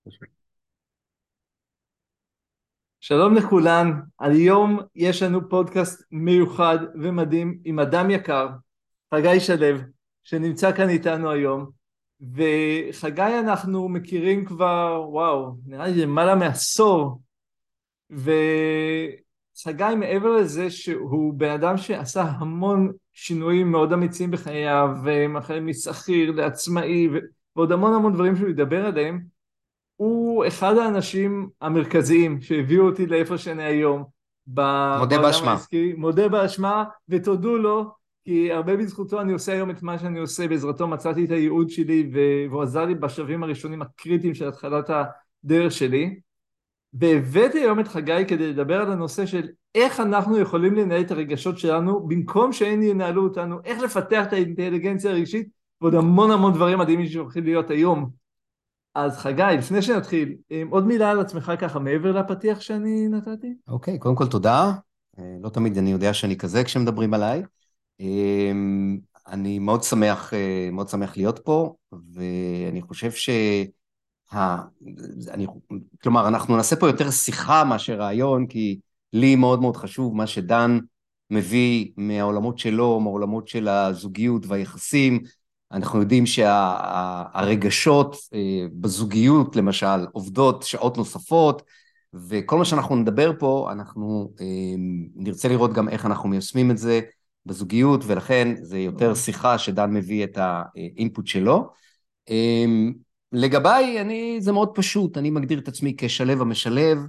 שלום לכולן, היום יש לנו פודקאסט מיוחד ומדהים עם אדם יקר, חגי שלו, שנמצא כאן איתנו היום, וחגי אנחנו מכירים כבר, וואו, נראה לי למעלה מעשור, וחגי מעבר לזה שהוא בן אדם שעשה המון שינויים מאוד אמיצים בחייו, ומחל משכיר לעצמאי, ועוד המון המון דברים שהוא ידבר עליהם, הוא אחד האנשים המרכזיים שהביאו אותי לאיפה שאני היום מודה בעולם באשמה. העסקי, מודה באשמה ותודו לו, כי הרבה בזכותו אני עושה היום את מה שאני עושה, בעזרתו מצאתי את הייעוד שלי והוא עזר לי בשלבים הראשונים הקריטיים של התחלת הדרך שלי, והבאתי היום את חגי כדי לדבר על הנושא של איך אנחנו יכולים לנהל את הרגשות שלנו במקום שהם ינהלו אותנו, איך לפתח את האינטליגנציה הרגשית ועוד המון המון דברים מדהימים שהולכים להיות היום. אז חגי, לפני שנתחיל, עוד מילה על עצמך ככה, מעבר לפתיח שאני נתתי? אוקיי, קודם כל תודה. לא תמיד אני יודע שאני כזה כשמדברים עליי. אני מאוד שמח להיות פה, ואני חושב אני, כלומר, אנחנו נעשה פה יותר שיחה מאשר רעיון, כי לי מאוד מאוד חשוב מה שדן מביא מהעולמות שלו, מהעולמות של הזוגיות והיחסים. אנחנו יודעים שהרגשות בזוגיות, למשל, עובדות שעות נוספות, וכל מה שאנחנו נדבר פה, אנחנו נרצה לראות גם איך אנחנו מיישמים את זה בזוגיות, ולכן זה יותר שיחה שדן מביא את האינפוט שלו. לגביי, זה מאוד פשוט, אני מגדיר את עצמי כשלב המשלב,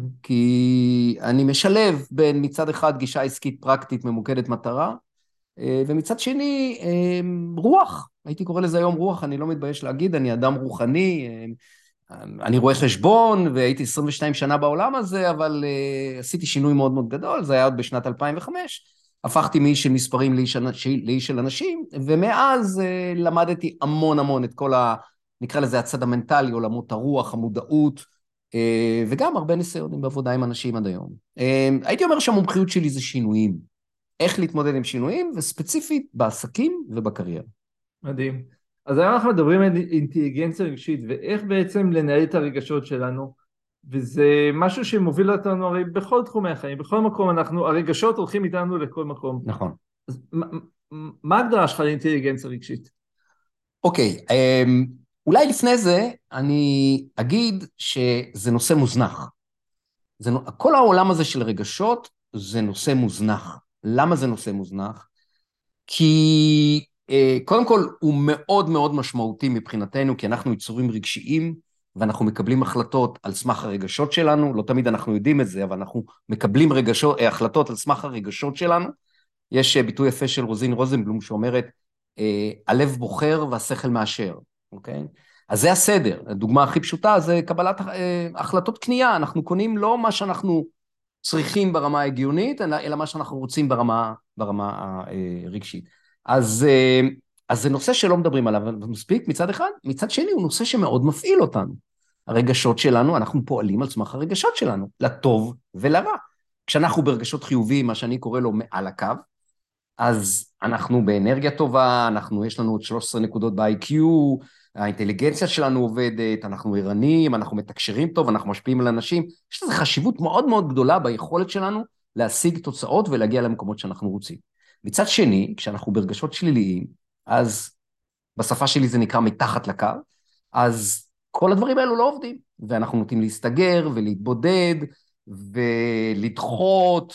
כי אני משלב בין מצד אחד גישה עסקית פרקטית ממוקדת מטרה, ומצד שני רוח, הייתי קורא לזה היום רוח, אני לא מתבייש להגיד, אני אדם רוחני, אני רואה חשבון, והייתי 22 שנה בעולם הזה, אבל עשיתי שינוי מאוד מאוד גדול, זה היה עוד בשנת 2005, הפכתי מאיש של מספרים לאיש של אנשים, ומאז למדתי המון המון את כל נקרא לזה הצד המנטלי, עולמות הרוח, המודעות, וגם הרבה ניסיונים בעבודה עם אנשים עד היום. הייתי אומר שהמומחיות שלי זה שינויים, איך להתמודד עם שינויים, וספציפית בעסקים ובקריירה. מדהים. אז היום אנחנו מדברים על אינטליגנציה רגשית, ואיך בעצם לנהל את הרגשות שלנו, וזה משהו שמוביל אותנו הרי בכל תחומי החיים, בכל מקום הרגשות הולכים איתנו לכל מקום. נכון. אז מה ההגדרה שלך לאינטליגנציה רגשית? אוקיי, אולי לפני זה אני אגיד שזה נושא מוזנח. כל העולם הזה של רגשות זה נושא מוזנח. למה זה נושא מוזנח? כי קודם כל הוא מאוד מאוד משמעותי מבחינתנו, כי אנחנו יצורים רגשיים, ואנחנו מקבלים החלטות על סמך הרגשות שלנו, לא תמיד אנחנו יודעים את זה, אבל אנחנו מקבלים החלטות על סמך הרגשות שלנו. יש ביטוי יפה של רוזין רוזנבלום שאומרת, הלב בוחר והשכל מאשר, אוקיי? אז זה הסדר. הדוגמה הכי פשוטה זה קבלת החלטות קנייה. אנחנו קונים לא מה שאנחנו צריכים ברמה ההגיונית, אלא מה שאנחנו רוצים ברמה הרגשית. אז זה נושא שלא מדברים עליו מספיק מצד אחד, מצד שני הוא נושא שמאוד מפעיל אותנו. הרגשות שלנו, אנחנו פועלים על סמך הרגשות שלנו, לטוב ולרע. כשאנחנו ברגשות חיוביים, מה שאני קורא לו מעל הקו, אז אנחנו באנרגיה טובה, יש לנו עוד 13 נקודות ב-IQ, האינטליגנציה שלנו עובדת, אנחנו ערניים, אנחנו מתקשרים טוב, אנחנו משפיעים על אנשים, יש לזה חשיבות מאוד מאוד גדולה ביכולת שלנו להשיג תוצאות ולהגיע למקומות שאנחנו רוצים. מצד שני, כשאנחנו ברגשות שליליים, אז בשפה שלי זה נקרא מתחת לקו, אז כל הדברים האלו לא עובדים, ואנחנו נוטים להסתגר ולהתבודד ולדחות,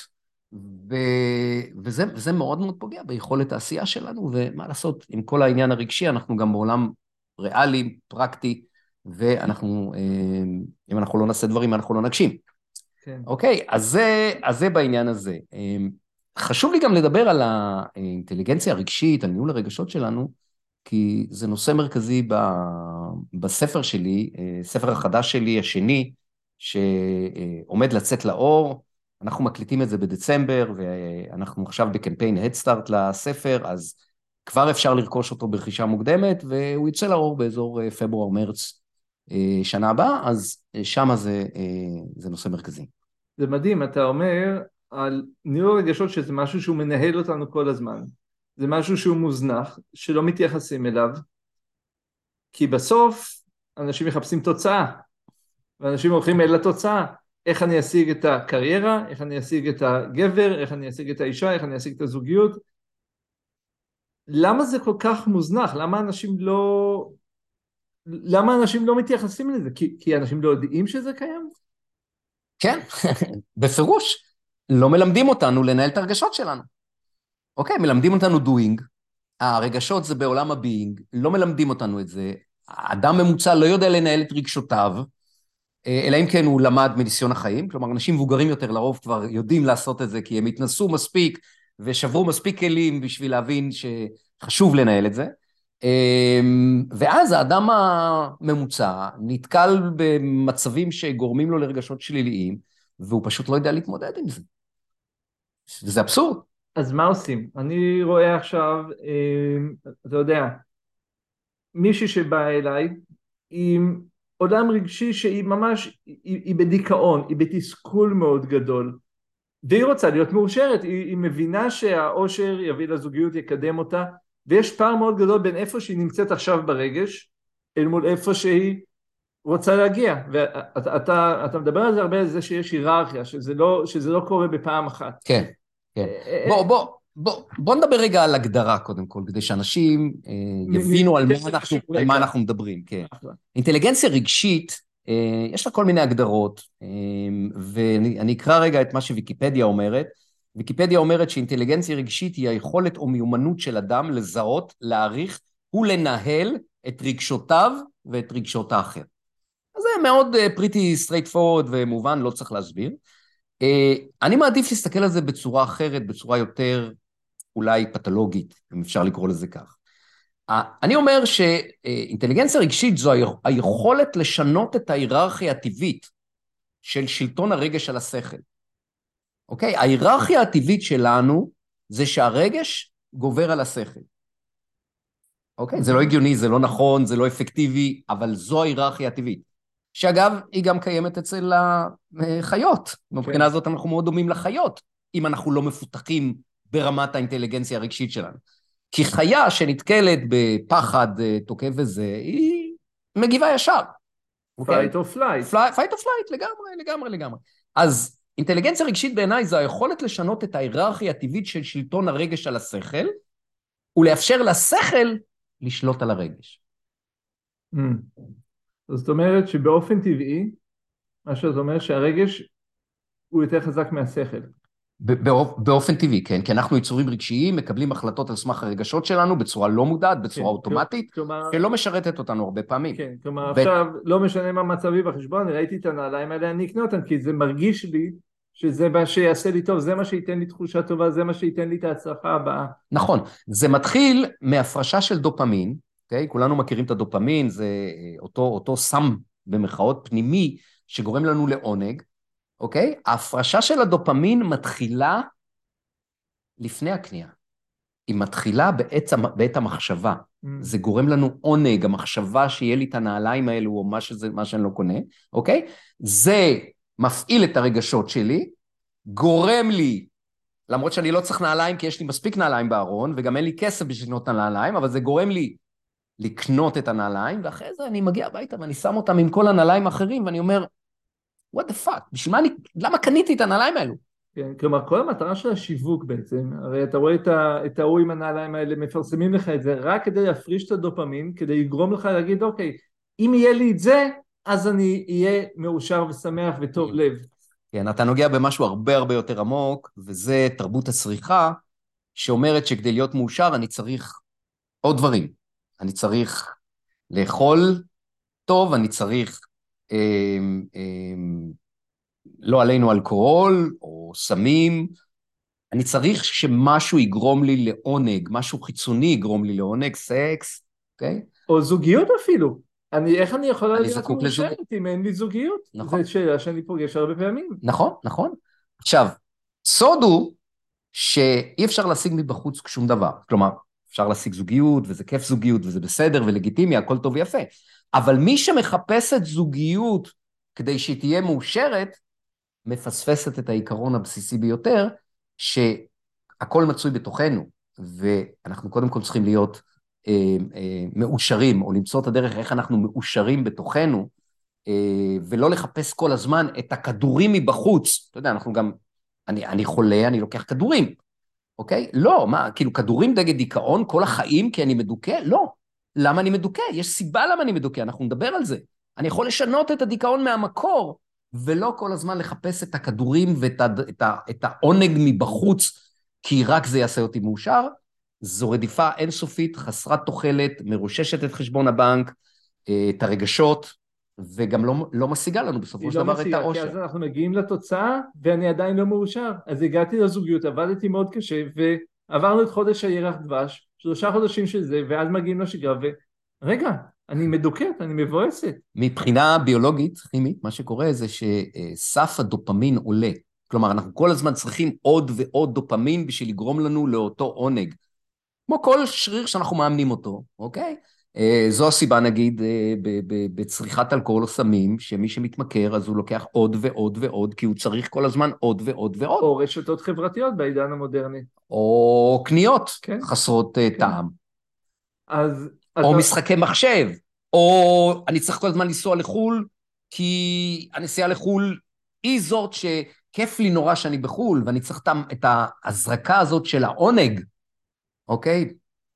וזה מאוד מאוד פוגע ביכולת העשייה שלנו, ומה לעשות, עם כל העניין הרגשי, אנחנו גם בעולם ריאלי, פרקטי, ואנחנו, אם אנחנו לא נעשה דברים, אנחנו לא נגשים. כן. אוקיי, אז זה בעניין הזה. חשוב לי גם לדבר על האינטליגנציה הרגשית, על ניהול הרגשות שלנו, כי זה נושא מרכזי בספר שלי, ספר החדש שלי, השני, שעומד לצאת לאור. אנחנו מקליטים את זה בדצמבר, ואנחנו עכשיו בקמפיין הדסטארט לספר, אז כבר אפשר לרכוש אותו ברכישה מוקדמת, והוא יצא לאור באזור פברואר-מרץ שנה הבאה, אז שמה זה נושא מרכזי. זה מדהים, אתה אומר על ניהול הרגשות שזה משהו שהוא מנהל אותנו כל הזמן, זה משהו שהוא מוזנח, שלא מתייחסים אליו, כי בסוף אנשים מחפשים תוצאה, ואנשים הולכים אל התוצאה, איך אני אשיג את הקריירה, איך אני אשיג את הגבר, איך אני אשיג את האישה, איך אני אשיג את הזוגיות. למה זה כל כך מוזנח? למה אנשים לא מתייחסים לזה? כי אנשים לא יודעים שזה קיים? כן, בפירוש. לא מלמדים אותנו לנהל את הרגשות שלנו. אוקיי, מלמדים אותנו doing, הרגשות זה בעולם הביינג, לא מלמדים אותנו את זה. האדם ממוצע לא יודע לנהל את רגשותיו, אלא אם כן הוא למד מניסיון החיים, כלומר, אנשים מבוגרים יותר לרוב כבר יודעים לעשות את זה, כי הם התנסו מספיק ושברו מספיק כלים בשביל להבין שחשוב לנהל את זה. ואז האדם הממוצע נתקל במצבים שגורמים לו לרגשות שליליים, והוא פשוט לא יודע להתמודד עם זה. וזה אבסורד. אז מה עושים? אני רואה עכשיו, אתה יודע, מישהי שבאה אליי עם עולם רגשי שהיא ממש, היא בדיכאון, היא בתסכול מאוד גדול, והיא רוצה להיות מאושרת, היא מבינה שהאושר יביא לזוגיות, יקדם אותה, ויש פער מאוד גדול בין איפה שהיא נמצאת עכשיו ברגש, אל מול איפה שהיא רוצה להגיע, ואתה מדבר על זה הרבה, על זה שיש היררכיה, שזה לא קורה בפעם אחת. כן, כן. בוא נדבר רגע על הגדרה קודם כל, כדי שאנשים יבינו על מה אנחנו מדברים. כן. אינטליגנציה רגשית, יש לה כל מיני הגדרות, ואני אקרא רגע את מה שוויקיפדיה אומרת. ויקיפדיה אומרת שאינטליגנציה רגשית היא היכולת או מיומנות של אדם לזהות, להעריך ולנהל את רגשותיו ואת רגשות האחר. אז זה מאוד pretty straightforward ומובן, לא צריך להסביר. אני מעדיף להסתכל על זה בצורה אחרת, בצורה יותר אולי פתולוגית, אם אפשר לקרוא לזה כך. אני אומר שאינטליגנציה רגשית זו היכולת לשנות את ההיררכיה הטבעית של שלטון הרגש על השכל. אוקיי? ההיררכיה הטבעית שלנו זה שהרגש גובר על השכל. אוקיי? זה לא הגיוני, זה לא נכון, זה לא אפקטיבי, אבל זו ההיררכיה הטבעית. שאגב, היא גם קיימת אצל החיות. מבחינה הזאת אנחנו מאוד דומים לחיות, אם אנחנו לא מפותחים ברמת האינטליגנציה הרגשית שלנו. כי חיה שנתקלת בפחד תוקף וזה, היא מגיבה ישר. Fight or flight. Fight or flight, לגמרי. אז אינטליגנציה רגשית בעיניי זו היכולת לשנות את ההיררכיה הטבעית של שלטון הרגש על השכל, ולאפשר לשכל לשלוט על הרגש. זאת אומרת שבאופן טבעי, מה שאתה אומר שהרגש הוא יותר חזק מהשכל. באופן טבעי, כן, כי אנחנו יצורים רגשיים, מקבלים החלטות על סמך הרגשות שלנו בצורה לא מודעת, בצורה אוטומטית, שלא משרתת אותנו הרבה פעמים. כן, כלומר עכשיו לא משנה מה מצבי בחשבון, אני ראיתי את הנעליים האלה, אני אקנה אותם, כי זה מרגיש לי שזה מה שיעשה לי טוב, זה מה שייתן לי תחושה טובה, זה מה שייתן לי את ההצלחה הבאה. נכון, זה מתחיל מהפרשה של דופמין, אוקיי? כולנו מכירים את הדופמין, זה אותו סם במרכאות פנימי שגורם לנו לעונג, אוקיי? ההפרשה של הדופמין מתחילה לפני הקנייה. היא מתחילה בעת המחשבה. זה גורם לנו עונג, המחשבה שיהיה לי את הנעליים האלו, או מה שאני לא קונה, אוקיי? זה מפעיל את הרגשות שלי, גורם לי, למרות שאני לא צריך נעליים, כי יש לי מספיק נעליים בארון, וגם אין לי כסף בשביל לקנות את הנעליים, אבל זה גורם לי לקנות את הנעליים, ואחרי זה אני מגיע הביתה, ואני שם אותם עם כל הנעליים האחרים, ואני אומר, what the fuck, למה קניתי את הנעליים האלו? כן, כלומר, כל המטרה של השיווק בעצם, הרי אתה רואה את ההוא עם הנעליים האלה, מפרסמים לך את זה, רק כדי להפריש את הדופמין, כדי לגרום לך להגיד, אוקיי, אם יהיה לי את זה, אז אני אהיה מאושר ושמח וטוב לב. כן, אתה נוגע במשהו הרבה הרבה יותר עמוק, וזה תרבות הצריכה, שאומרת שכדי להיות מאושר אני צריך עוד דברים. אני צריך לאכול טוב, אני צריך לא עלינו אלכוהול או סמים, אני צריך שמשהו יגרום לי לעונג, משהו חיצוני יגרום לי לעונג, סקס, אוקיי? או זוגיות אפילו. איך אני יכולה להיות מאושרת אם אין לי זוגיות? נכון. זו שאלה שאני פוגש הרבה פעמים. נכון. עכשיו, סוד הוא שאי אפשר להשיג מבחוץ שום דבר. כלומר, אפשר להשיג זוגיות, וזה כיף זוגיות, וזה בסדר ולגיטימי, הכל טוב ויפה. אבל מי שמחפשת זוגיות כדי שהיא תהיה מאושרת, מפספסת את העיקרון הבסיסי ביותר, שהכל מצוי בתוכנו, ואנחנו קודם כל צריכים להיות מאושרים, או למצוא את הדרך איך אנחנו מאושרים בתוכנו, ולא לחפש כל הזמן את הכדורים מבחוץ. אתה יודע, אנחנו גם, אני חולה, אני לוקח כדורים, אוקיי? לא, מה, כאילו כדורים נגד דיכאון כל החיים כי אני מדוכא? לא. למה אני מדוכא? יש סיבה למה אני מדוכא, אנחנו נדבר על זה. אני יכול לשנות את הדיכאון מהמקור, ולא כל הזמן לחפש את הכדורים את העונג מבחוץ, כי רק זה יעשה אותי מאושר. זו רדיפה אינסופית, חסרת תוחלת, מרוששת את חשבון הבנק, את הרגשות, וגם לא משיגה לנו בסופו של דבר את משיגה, כי האושר. אז אנחנו מגיעים לתוצאה, ואני עדיין לא מאושר. אז הגעתי לזוגיות, עבדתי מאוד קשה, ועברנו את חודש הירח דבש, 3 חודשים של זה, ואז מגיעים לשגרה, ורגע, אני מדוכאת, אני מבואסת. מבחינה ביולוגית, כימית, מה שקורה זה שסף הדופמין עולה. כלומר, אנחנו כל הזמן צריכים עוד ועוד דופמין בשביל לגרום לנו לאותו עונג. כמו כל שריר שאנחנו מאמנים אותו, אוקיי? זו הסיבה, נגיד, בצריכת אלכוהול או סמים, שמי שמתמכר, אז הוא לוקח עוד ועוד ועוד, כי הוא צריך כל הזמן עוד ועוד ועוד. או רשתות חברתיות בעידן המודרני. או קניות כן. חסרות טעם. אז או משחקי מחשב. או אני צריך כל הזמן לנסוע לחול, כי הנסיעה לחול היא זאת שכיף לי נורא שאני בחול, ואני צריך את ההזרקה הזאת של העונג, אוקיי?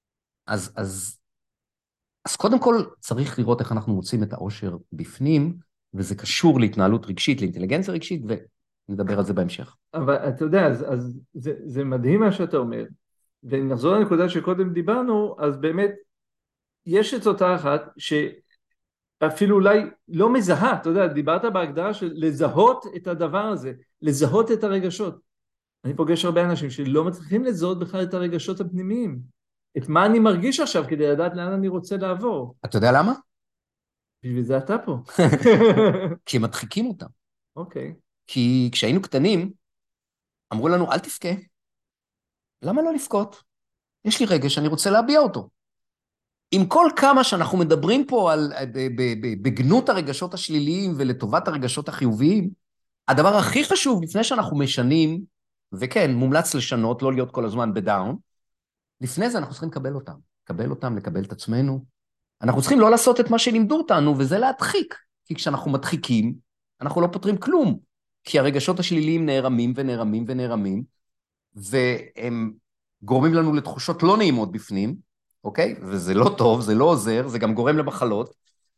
אז קודם כל צריך לראות איך אנחנו מוצאים את האושר בפנים, וזה קשור להתנהלות רגשית, לאינטליגנציה רגשית, ונדבר על זה בהמשך. אבל אתה יודע, אז זה מדהים מה שאתה אומר, ונחזור לנקודה שקודם דיברנו, אז באמת יש את אותה אחת שאפילו אולי לא מזהה, אתה יודע, דיברת בהגדרה של לזהות את הדבר הזה, לזהות את הרגשות. אני פוגש הרבה אנשים שלא מצליחים לזהות בכלל את הרגשות הפנימיים. את מה אני מרגיש עכשיו כדי לדעת לאן אני רוצה לעבור. אתה יודע למה? בשביל זה אתה פה. כי הם מדחיקים אותם. אוקיי. כי כשהיינו קטנים, אמרו לנו, אל תבכה. למה לא לבכות? יש לי רגש, אני רוצה להביע אותו. עם כל כמה שאנחנו מדברים פה בגנות הרגשות השליליים ולטובת הרגשות החיוביים, הדבר הכי חשוב לפני שאנחנו משנים, וכן, מומלץ לשנות, לא להיות כל הזמן בדאון, לפני זה אנחנו צריכים לקבל אותם, לקבל את עצמנו. אנחנו צריכים לא לעשות את מה שלימדו אותנו, וזה להדחיק. כי כשאנחנו מדחיקים, אנחנו לא פותרים כלום. כי הרגשות השליליים נערמים ונערמים ונערמים, והם גורמים לנו לתחושות לא נעימות בפנים, אוקיי? וזה לא טוב, זה לא עוזר, זה גם גורם למחלות.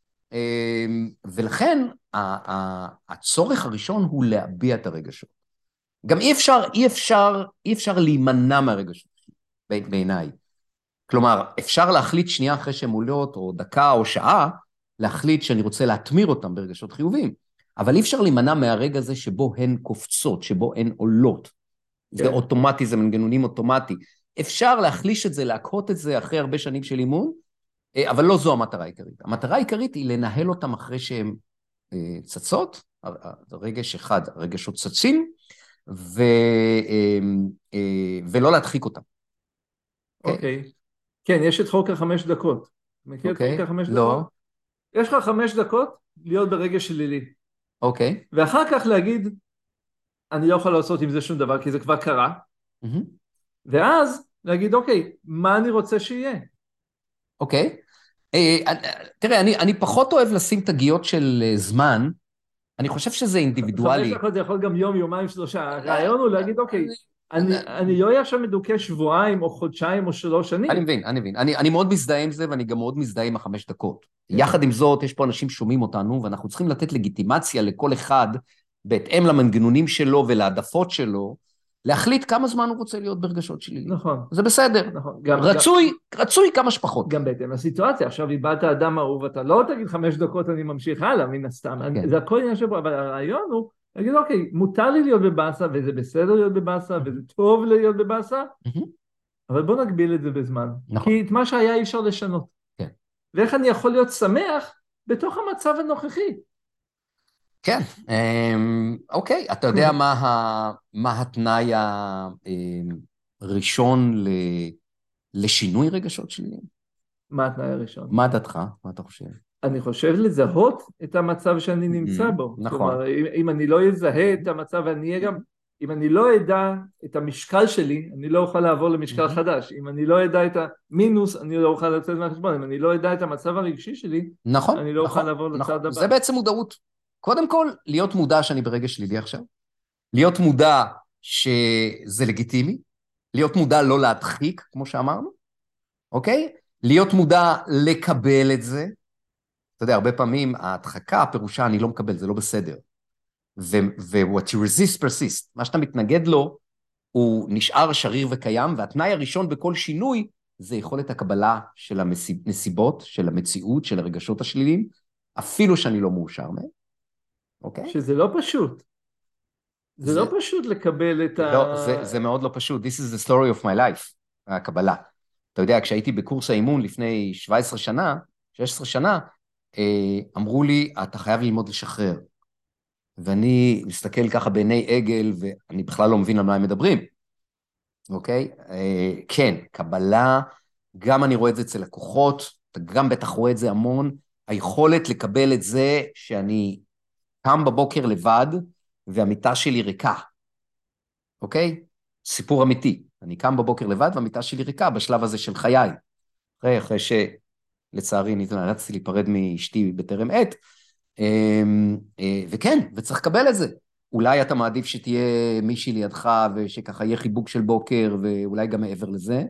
ולכן הצורך הראשון הוא להביע את הרגשות. גם אי אפשר להימנע מהרגשות, בעיניי. כלומר, אפשר להחליט שנייה אחרי שהן עולות, או דקה או שעה, להחליט שאני רוצה להתמיר אותם ברגשות חיוביים. אבל אי אפשר להימנע מהרגע הזה שבו הן קופצות, שבו הן עולות. זה אוטומטי, זה מנגנונים אוטומטי. אפשר להחליש את זה, להקהות את זה אחרי הרבה שנים של אימון, אבל לא זו המטרה העיקרית. המטרה העיקרית היא לנהל אותם אחרי שהן צצות, רגש אחד, רגשות צצים, ולא להדחיק אותם. אוקיי. כן, יש את חוק ה5 דקות. מכיר את חוק ה5 דקות? לא. יש לך 5 דקות להיות ברגש שלילי. אוקיי. ואחר כך להגיד, אני לא יכול לעשות עם זה שום דבר, כי זה כבר קרה. ואז להגיד, אוקיי, מה אני רוצה שיהיה? אוקיי. תראה, אני פחות אוהב לשים תגיות של זמן, אני חושב שזה אינדיבידואלי. 5 דקות זה יכול גם יום, יומיים, 3. הרעיון הוא להגיד, אוקיי, אני לא אהיה שם מדוכא שבועיים או חודשיים או 3 שנים. אני מבין. אני מאוד מזדהה עם זה, ואני גם מאוד מזדהה עם ה5 דקות. יחד עם זאת, יש פה אנשים שומעים אותנו, ואנחנו צריכים לתת לגיטימציה לכל אחד, בהתאם למנגנונים שלו ולעדפות שלו, להחליט כמה זמן הוא רוצה להיות ברגשות שלי. נכון. זה בסדר. נכון. רצוי כמה שפחות. גם בהתאם לסיטואציה. עכשיו איבדת אדם אהוב, אתה לא תגיד 5 דקות אני ממשיך הלאה, מן הסתם. זה הכל עניין שבו, אבל הרעיון הוא, להגיד, אוקיי, מותר לי להיות בבאסה, וזה בסדר להיות בבאסה, וזה טוב להיות בבאסה, אבל בוא נגביל את זה בזמן. כי את מה שהיה אי אפשר לשנות. ואיך אני יכול להיות שמח בתוך המצב הנוכחי? כן, אוקיי, אתה יודע מה התנאי הראשון לשינוי רגשות שליליים? מה התנאי הראשון? מה דעתך? מה אתה חושב? אני חושב לזהות את המצב שאני נמצא בו. נכון. כלומר, אם אני לא אזהה את המצב, אני אהיה גם, אם אני לא אדע את המשקל שלי, אני לא אוכל לעבור למשקל חדש. אם אני לא אדע את המינוס, אני לא אוכל לצאת מהחשבון. אם אני לא אדע את המצב הרגשי שלי, נכון, אני לא אוכל נכון, לעבור נכון. לצד הבא. זה בעצם מודעות. קודם כל, להיות מודע שאני ברגע שלילי עכשיו, להיות מודע שזה לגיטימי, להיות מודע לא להדחיק, כמו שאמרנו, אוקיי? להיות מודע לקבל את זה. אתה יודע, הרבה פעמים ההדחקה, פירושה אני לא מקבל, זה לא בסדר. ו-what you resist persist, מה שאתה מתנגד לו, הוא נשאר שריר וקיים, והתנאי הראשון בכל שינוי, זה יכולת הקבלה של הנסיבות, של המציאות, של הרגשות השליליים, אפילו שאני לא מאושר מהם, אוקיי? שזה לא פשוט. זה לא פשוט לקבל את לא, זה מאוד לא פשוט. This is the story of my life, הקבלה. אתה יודע, כשהייתי בקורס האימון לפני 17 שנה, 16 שנה, אמרו לי, אתה חייב ללמוד לשחרר. ואני מסתכל ככה בעיני עגל, ואני בכלל לא מבין על מה הם מדברים. אוקיי? כן, קבלה, גם אני רואה את זה אצל לקוחות, אתה גם בטח רואה את זה המון, היכולת לקבל את זה שאני קם בבוקר לבד, והמיטה שלי ריקה. אוקיי? סיפור אמיתי. אני קם בבוקר לבד, והמיטה שלי ריקה בשלב הזה של חיי. אחרי שלצערי נאלצתי להיפרד מאשתי בטרם עת, וכן, וצריך לקבל את זה. אולי אתה מעדיף שתהיה מישהי לידך, ושככה יהיה חיבוק של בוקר, ואולי גם מעבר לזה,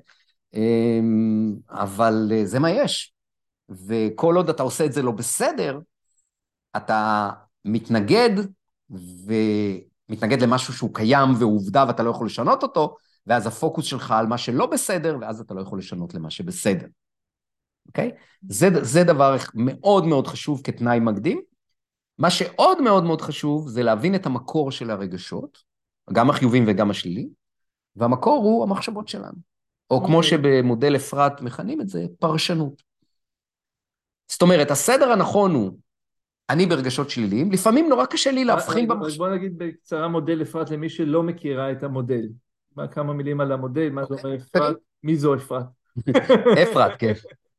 אבל זה מה יש. וכל עוד אתה עושה את זה לא בסדר, אתה מתנגד, ומתנגד למשהו שהוא קיים והוא עובדה, ואתה לא יכול לשנות אותו, ואז הפוקוס שלך על מה שלא בסדר, ואז אתה לא יכול לשנות למה שבסדר. אוקיי? זה דבר מאוד מאוד חשוב כתנאי מקדים. מה שעוד מאוד מאוד חשוב זה להבין את המקור של הרגשות, גם החיובים וגם השלילי, והמקור הוא המחשבות שלנו. או כמו שבמודל אפרת מכנים את זה, פרשנות. זאת אומרת, הסדר הנכון הוא, אני ברגשות שליליים, לפעמים נורא קשה לי להבחין במחשבות. בוא נגיד בקצרה מודל אפרת למי שלא מכירה את המודל. כמה מילים על המודל, מה זה אומר אפרת? מי זו אפרת? אפרת, כן.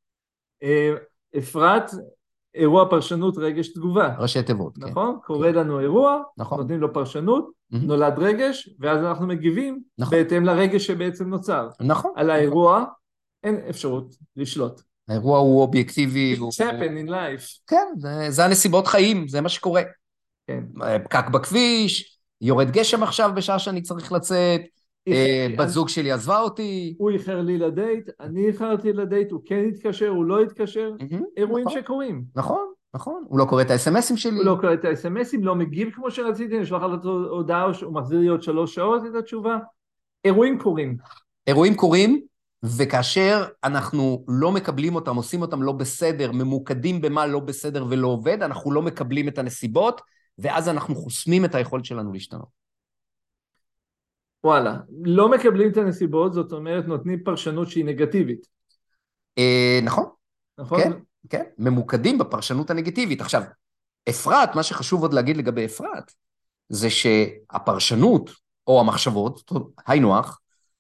אפרת, אירוע פרשנות רגש תגובה. ראשי תיבות, כן. נכון? קורה לנו אירוע, נכון. נותנים לו פרשנות, נולד רגש, ואז אנחנו מגיבים בהתאם לרגש שבעצם נוצר. נכון. על האירוע אין אפשרות לשלוט. האירוע הוא אובייקטיבי. It's happen in life. כן, זה הנסיבות חיים, זה מה שקורה. כן. פקק בכביש, יורד גשם עכשיו בשעה שאני צריך לצאת, בת זוג שלי עזבה אותי. הוא איחר לי לדייט, אני איחרתי לדייט, הוא כן התקשר, הוא לא התקשר, אירועים שקורים. נכון, נכון. הוא לא קורא את ה-SMSים שלי. הוא לא קורא את ה-SMSים, לא מגיב כמו שרציתי, נשלח על הודעה, הוא מחזיר לי עוד 3 שעות את התשובה. אירועים קורים. אירועים קורים, וכאשר אנחנו לא מקבלים אותם, עושים אותם לא בסדר, ממוקדים במה לא בסדר ולא עובד, אנחנו לא מקבלים את הנסיבות, ואז אנחנו חוסמים את היכולת שלנו להשתנות. וואלה, לא מקבלים את הנסיבות, זאת אומרת, נותנים פרשנות שהיא נגטיבית. נכון. נכון? כן, כן, ממוקדים בפרשנות הנגטיבית. עכשיו, אפרת, מה שחשוב עוד להגיד לגבי אפרת, זה שהפרשנות, או המחשבות, היינו הך,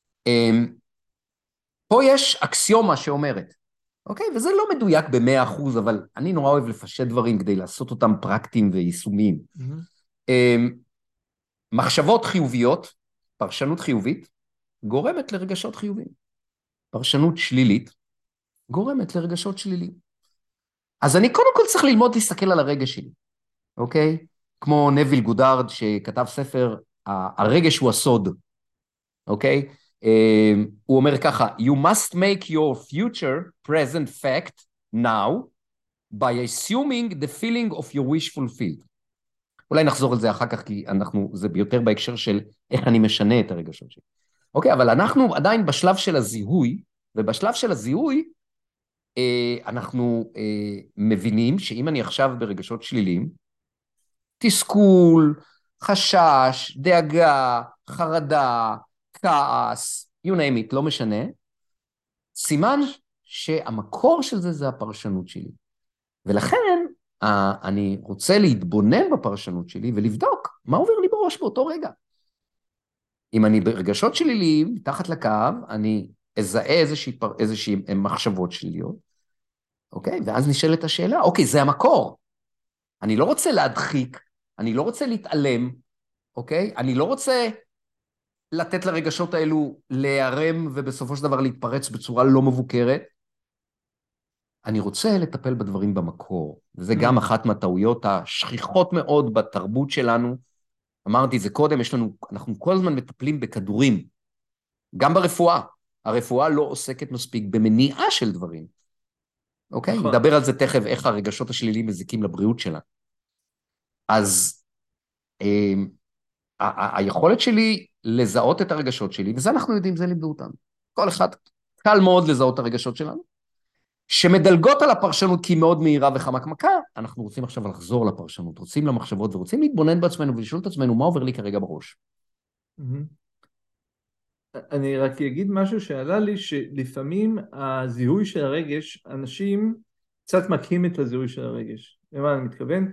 פה יש אקסיומה שאומרת, אוקיי? וזה לא מדויק ב100%, אבל אני נורא אוהב לפשט דברים כדי לעשות אותם פרקטיים ויישומיים. מחשבות חיוביות, פרשנות חיובית, גורמת לרגשות חיוביים. פרשנות שלילית, גורמת לרגשות שליליים. אז אני קודם כל צריך ללמוד להסתכל על הרגש שלי, אוקיי? כמו נביל גודארד שכתב ספר, הרגש הוא הסוד, אוקיי? הוא אומר ככה, you must make your future present fact now by assuming the feeling of your wish fulfilled. אולי נחזור על זה אחר כך, כי זה ביותר בהקשר של איך אני משנה את הרגשות שלי. אוקיי, אבל אנחנו עדיין בשלב של הזיהוי, ובשלב של הזיהוי, אנחנו מבינים שאם אני עכשיו ברגשות שליליים, תסכול, חשש, דאגה, חרדה, כעס, you name it, לא משנה, סימן שהמקור של זה זה הפרשנות שלי. ולכן אני רוצה להתבונן בפרשנות שלי ולבדוק מה עובר לי בראש באותו רגע. אם אני ברגשות שליליים, מתחת לקו, אני אזהה איזושהי מחשבות שליליות, אוקיי? ואז נשאלת השאלה, אוקיי, זה המקור. אני לא רוצה להדחיק, אני לא רוצה להתעלם, אוקיי? אני לא רוצה לתת לרגשות האלו להיערם ובסופו של דבר להתפרץ בצורה לא מבוקרת. אני רוצה לטפל בדברים במקור, וזה גם אחת מהטעויות השכיחות מאוד בתרבות שלנו. אמרתי זה קודם, אנחנו כל הזמן מטפלים בכדורים, גם ברפואה. הרפואה לא עוסקת מספיק במניעה של דברים. אוקיי? נכון. נדבר על זה תכף, איך הרגשות השליליים מזיקים לבריאות שלה. אז היכולת שלי לזהות את הרגשות שלי, וזה אנחנו יודעים, זה לימדו אותנו. כל אחד, קל מאוד לזהות את הרגשות שלנו, שמדלגות על הפרשנות כי היא מאוד מהירה וחמקמקה, אנחנו רוצים עכשיו לחזור לפרשנות, רוצים למחשבות ורוצים להתבונן בעצמנו ולשאול את עצמנו מה עובר לי כרגע בראש. אני רק אגיד משהו שעלה לי, שלפעמים הזיהוי של הרגש, אנשים קצת מכים את הזיהוי של הרגש. למה אני מתכוון?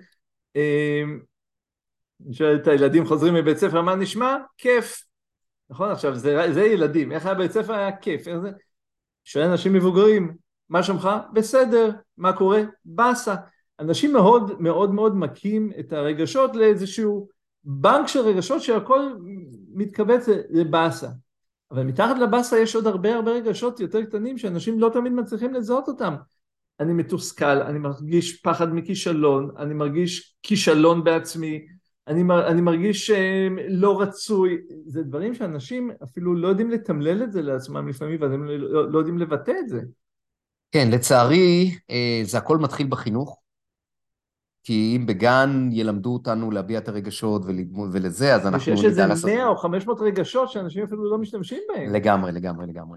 אני שואל את הילדים חוזרים מבית ספר, מה נשמע? כיף. נכון? עכשיו, זה ילדים. איך היה בית ספר? היה כיף. איך זה? שואל אנשים מבוגרים, מה שלומך? בסדר. מה קורה? בסה. אנשים מאוד מאוד מאוד מכים את הרגשות לאיזשהו בנק של רגשות שהכל מתכווץ לבסה. אבל מתחת לבסה יש עוד הרבה הרבה רגשות יותר קטנים שאנשים לא תמיד מצליחים לזהות אותם. אני מתוסכל, אני מרגיש פחד מכישלון, אני מרגיש כישלון בעצמי, אני מרגיש לא רצוי. זה דברים שאנשים אפילו לא יודעים לתמלל את זה לעצמם לפעמים, והם לא יודעים לבטא את זה. כן, לצערי, זה הכל מתחיל בחינוך, כי אם בגן ילמדו אותנו להביע את הרגשות ולזה, אז אנחנו ושיש איזה נדע לעשות... 100 או 500 רגשות שאנשים אפילו לא משתמשים בהם. לגמרי, לגמרי, לגמרי.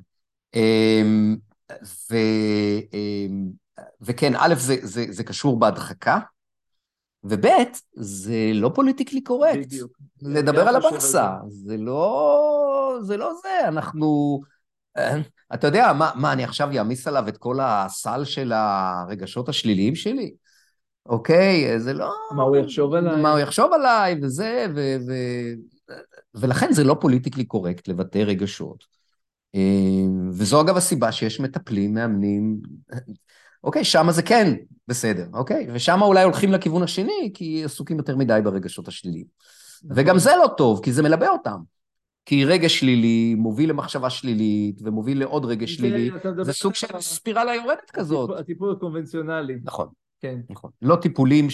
ו... וכן, א', זה קשור בהדחקה, וב', זה לא פוליטיקלי קורקט. בדיוק. לדבר על הבאסה, זה לא זה, אנחנו... אתה יודע, מה, אני עכשיו יעמיס עליו את כל הסל של הרגשות השליליים שלי? אוקיי, זה לא... מה הוא יחשוב עליי? מה הוא יחשוב עליי, וזה, ולכן זה לא פוליטיקלי קורקט לבטא רגשות. וזו אגב הסיבה שיש מטפלים, מאמנים, אוקיי, שמה זה כן בסדר, אוקיי? ושמה אולי הולכים לכיוון השני, כי עסוקים יותר מדי ברגשות השליליים. וגם זה לא טוב, כי זה מלבה אותם. כי רגש שלילי מוביל למחשבה שלילית, ומוביל לעוד רגש שלילי, זה סוג של ספירלה יורדת כזאת. הטיפול הקונבנציונלי. נכון, כן. נכון. לא טיפולים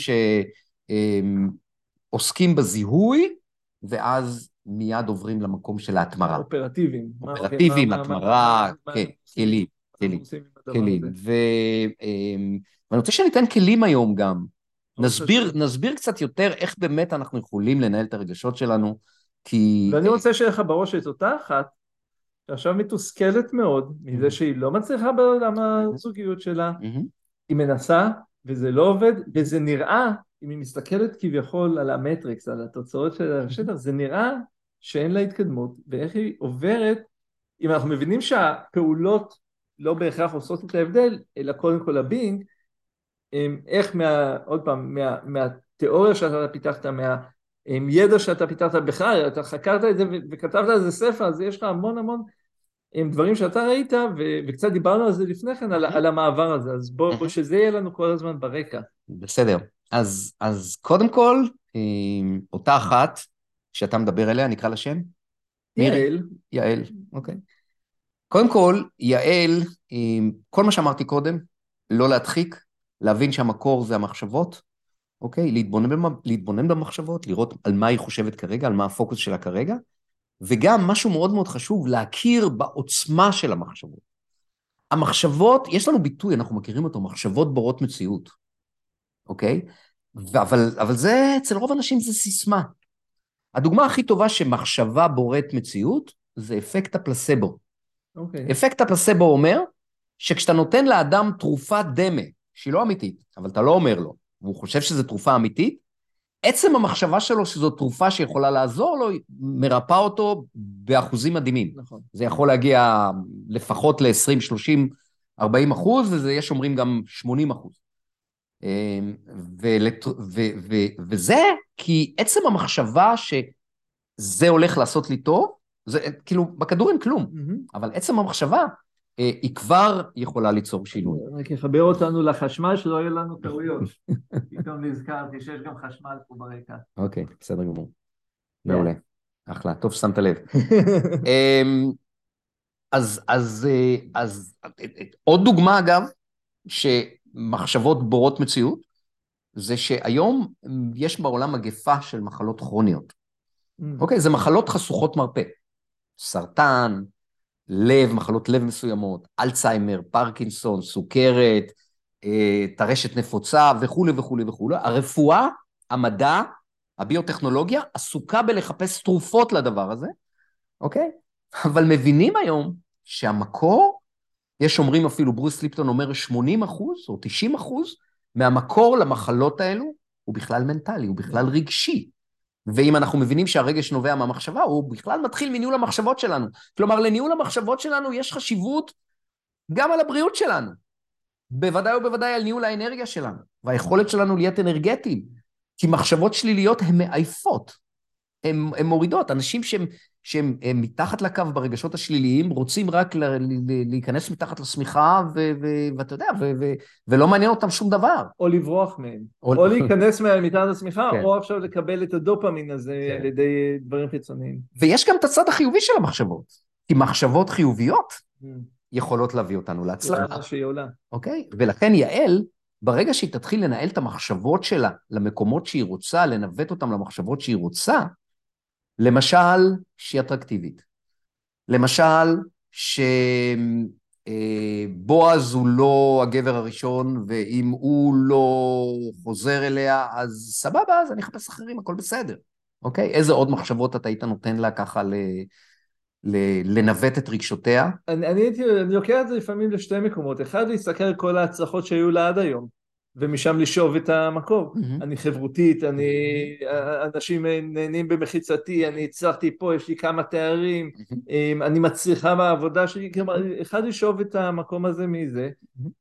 שעוסקים בזיהוי, ואז מיד עוברים למקום של ההתמרה. אופרטיביים. אופרטיביים, התמרה, כן, כלים, כלים. ואני רוצה שניתן כלים היום גם. נסביר קצת יותר איך באמת אנחנו יכולים לנהל את הרגשות שלנו, כי... ואני רוצה שיהיה לך בראש את אותה אחת, שעכשיו מתוסכלת מאוד, מזה שהיא לא מצליחה בעולם הזוגיות שלה, היא מנסה, וזה לא עובד, וזה נראה, אם היא מסתכלת כביכול על המטריקס, על התוצאות של השטח, זה נראה שאין לה התקדמות, ואיך היא עוברת, אם אנחנו מבינים שהפעולות לא בהכרח עושות את ההבדל, אלא קודם כל הבינג, איך עוד פעם, מהתיאוריה שאתה פיתחת, מהידע שאתה פיתחת בכלל, אתה חקרת את זה וכתבת על זה ספר, אז יש לך המון המון דברים שאתה ראית, וקצת דיברנו על זה לפני כן, על המעבר הזה, אז בוא שזה יהיה לנו כל הזמן ברקע. בסדר, אז קודם כל, אותה אחת שאתה מדבר עליה, נקרא לה שם? יעל. יעל, אוקיי. קודם כל, יעל, כל מה שאמרתי קודם, לא להדחיק, להבין שהמקור זה המחשבות, אוקיי? להתבונן במחשבות, לראות על מה היא חושבת כרגע, על מה הפוקוס שלה כרגע, וגם משהו מאוד מאוד חשוב, להכיר בעוצמה של המחשבות. המחשבות, יש לנו ביטוי, אנחנו מכירים אותו, מחשבות בורות מציאות, אוקיי? אבל זה, אצל רוב האנשים זה סיסמה. הדוגמה הכי טובה שמחשבה בוראת מציאות, זה אפקט הפלסבו. אוקיי. אפקט הפלסבו אומר, שכשאתה נותן לאדם תרופה דמה, שהיא לא אמיתית, אבל אתה לא אומר לו, והוא חושב שזו תרופה אמיתית, עצם המחשבה שלו שזו תרופה שיכולה לעזור לו, מרפא אותו באחוזים מדהימים. נכון. זה יכול להגיע לפחות ל-20, 30, 40%, וזה יש אומרים גם 80%. וזה כי עצם המחשבה שזה הולך לעשות לי טוב, זה כאילו בכדור אין כלום, אבל עצם המחשבה היא כבר יכולה ליצור שינוי. רק יחבר אותנו לחשמל שלא יהיה לנו טעויות. פתאום נזכרתי שיש גם חשמל פה ברקע. אוקיי, בסדר גמור. מעולה. אחלה, טוב שמת לב. אז עוד דוגמה אגב, שמחשבות בורות מציאות, זה שהיום יש בעולם מגפה של מחלות כרוניות. אוקיי, זה מחלות חשוכות מרפא. סרטן, לב, מחלות לב מסוימות, אלצהיימר, פרקינסון, סוכרת, טרשת נפוצה וכו' וכו' וכו'. הרפואה, המדע, הביוטכנולוגיה, עסוקה בלחפש תרופות לדבר הזה, אוקיי? אבל מבינים היום שהמקור, יש אומרים אפילו, ברוס ליפטון אומר 80% או 90% מהמקור למחלות האלו הוא בכלל מנטלי, הוא בכלל רגשי. ואם אנחנו מבינים שהרגש נובע מהמחשבה, הוא בכלל מתחיל מניהול המחשבות שלנו. כלומר, לניהול המחשבות שלנו יש חשיבות גם על הבריאות שלנו. בוודאי ובוודאי על ניהול האנרגיה שלנו, והיכולת שלנו להיות אנרגטיים. כי מחשבות שליליות הן מעייפות, הן מורידות. אנשים שהם מתחת לקו ברגשות השליליים, רוצים רק להיכנס מתחת לשמיכה, ואתה יודע, ולא מעניין אותם שום דבר. או לברוח מהם. או להיכנס מתחת לשמיכה, או עכשיו לקבל את הדופמין הזה על ידי דברים חיצוניים. ויש גם את הצד החיובי של המחשבות. כי מחשבות חיוביות יכולות להביא אותנו להצלחה. שהיא עולה. אוקיי? ולכן יעל, ברגע שהיא תתחיל לנהל את המחשבות שלה למקומות שהיא רוצה, לנווט אותם למחשבות שהיא רוצה, למשל, שהיא אטרקטיבית. למשל, שבועז הוא לא הגבר הראשון, ואם הוא לא חוזר אליה, אז סבבה, אז אני אחפש אחרים, הכל בסדר. אוקיי? איזה עוד מחשבות אתה היית נותן לה ככה לנווט את רגשותיה? אני לוקח את זה לפעמים לשתי מקומות. אחד, להסתכל על כל ההצלחות שהיו לה עד היום, ומשם לשאוב את המקור. אני חברותית, אנשים נהנים במחיצתי, אני הצלחתי פה, יש לי כמה תארים, אני מצליחה מהעבודה שלי, כלומר, אחד לשאוב את המקום הזה מזה,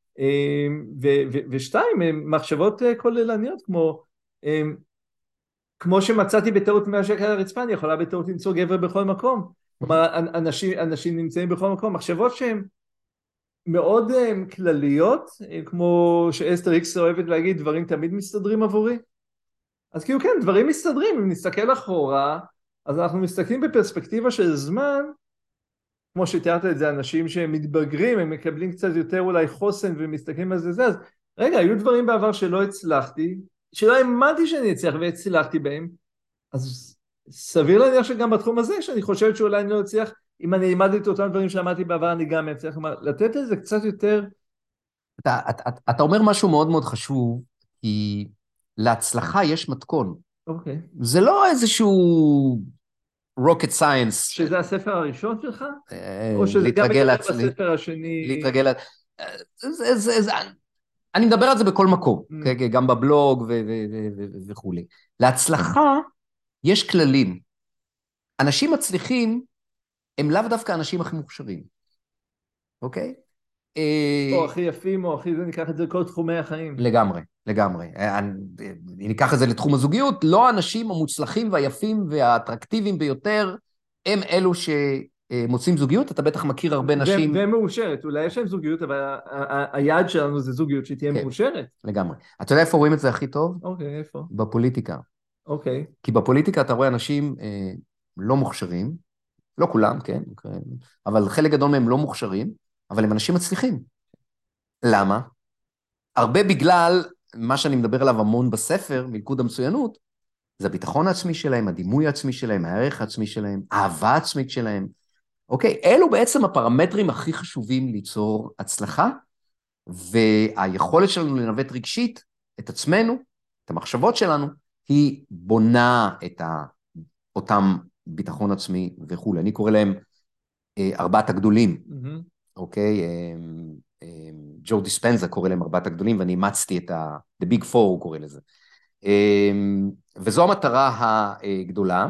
ושתיים, מחשבות כוללניות, כמו שמצאתי בטעות 100 שקל על הרצפה, אני יכולה בטעות למצוא גבר בכל מקום. כלומר, אנשים נמצאים בכל מקום, מחשבות שהן מאוד כלליות, כמו שאסתר איקס אוהבת להגיד, דברים תמיד מסתדרים עבורי. אז כאילו כן, דברים מסתדרים, אם נסתכל אחורה, אז אנחנו מסתכלים בפרספקטיבה של זמן, כמו שתיארת את זה, אנשים שמתבגרים, הם מקבלים קצת יותר אולי חוסן ומסתכלים על זה, אז רגע, היו דברים בעבר שלא הצלחתי, שלא האמנתי שאני אצליח והצלחתי בהם, אז סביר להניח שגם בתחום הזה, שאני חושבת שאולי אני לא אצליח, אם אני אלמד את אותם דברים שאמרתי בעבר, אני גם אצליח, לתת לזה קצת יותר. אתה אומר משהו מאוד מאוד חשוב, כי להצלחה יש מתכון. אוקיי. זה לא איזשהו rocket science. שזה הספר הראשון שלך? או שזה גם בספר השני? להתרגל. אני מדבר על זה בכל מקום, גם בבלוג וכו'. להצלחה יש כללים. אנשים מצליחים, הם לאו דווקא האנשים הכי מוכשרים. אוקיי? או הכי יפים, או הכי זה, ניקח את זה לכל תחומי החיים. לגמרי, לגמרי. ניקח את זה לתחום הזוגיות, לא האנשים המוצלחים והיפים והאטרקטיביים ביותר, הם אלו שמוצאים זוגיות, אתה בטח מכיר הרבה נשים. והם מאושרת, אולי יש להם זוגיות, אבל היעד שלנו זה זוגיות שתהיה מאושרת. לגמרי. אתה יודע איפה רואים את זה הכי טוב? אוקיי, איפה? בפוליטיקה. אוקיי. כי בפוליטיקה אתה רואה אנשים לא מוכשרים, לא כולם, כן, אבל חלק גדול מהם לא מוכשרים, אבל הם אנשים מצליחים. למה? הרבה בגלל מה שאני מדבר עליו המון בספר, מלכוד המצוינות, זה הביטחון העצמי שלהם, הדימוי העצמי שלהם, הערך העצמי שלהם, האהבה העצמית שלהם. אוקיי? אלו בעצם הפרמטרים הכי חשובים ליצור הצלחה, והיכולת שלנו לנווט רגשית את עצמנו, את המחשבות שלנו, היא בונה את אותם ביטחון עצמי וכו'. אני קורא להם ארבעת הגדולים. אוקיי? ג'ו דיספנזה קורא להם ארבעת הגדולים, ואני אימצתי את The Big Four, הוא קורא לזה. וזו המטרה הגדולה.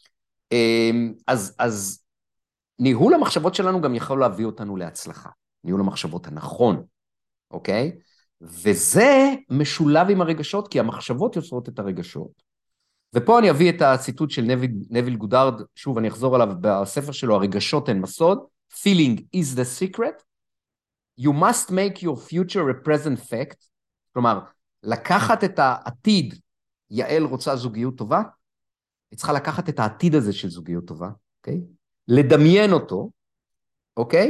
אז ניהול המחשבות שלנו גם יכול להביא אותנו להצלחה. ניהול המחשבות הנכון, אוקיי? וזה משולב עם הרגשות, כי המחשבות יוצרות את הרגשות. ופה אני אביא את הציטוט של נביל גודארד, שוב אני אחזור עליו בספר שלו, הרגשות הן מסוד, Feeling is the secret, you must make your future a present fact, כלומר, לקחת את העתיד, יעל רוצה זוגיות טובה, היא צריכה לקחת את העתיד הזה של זוגיות טובה, אוקיי? לדמיין אותו, אוקיי?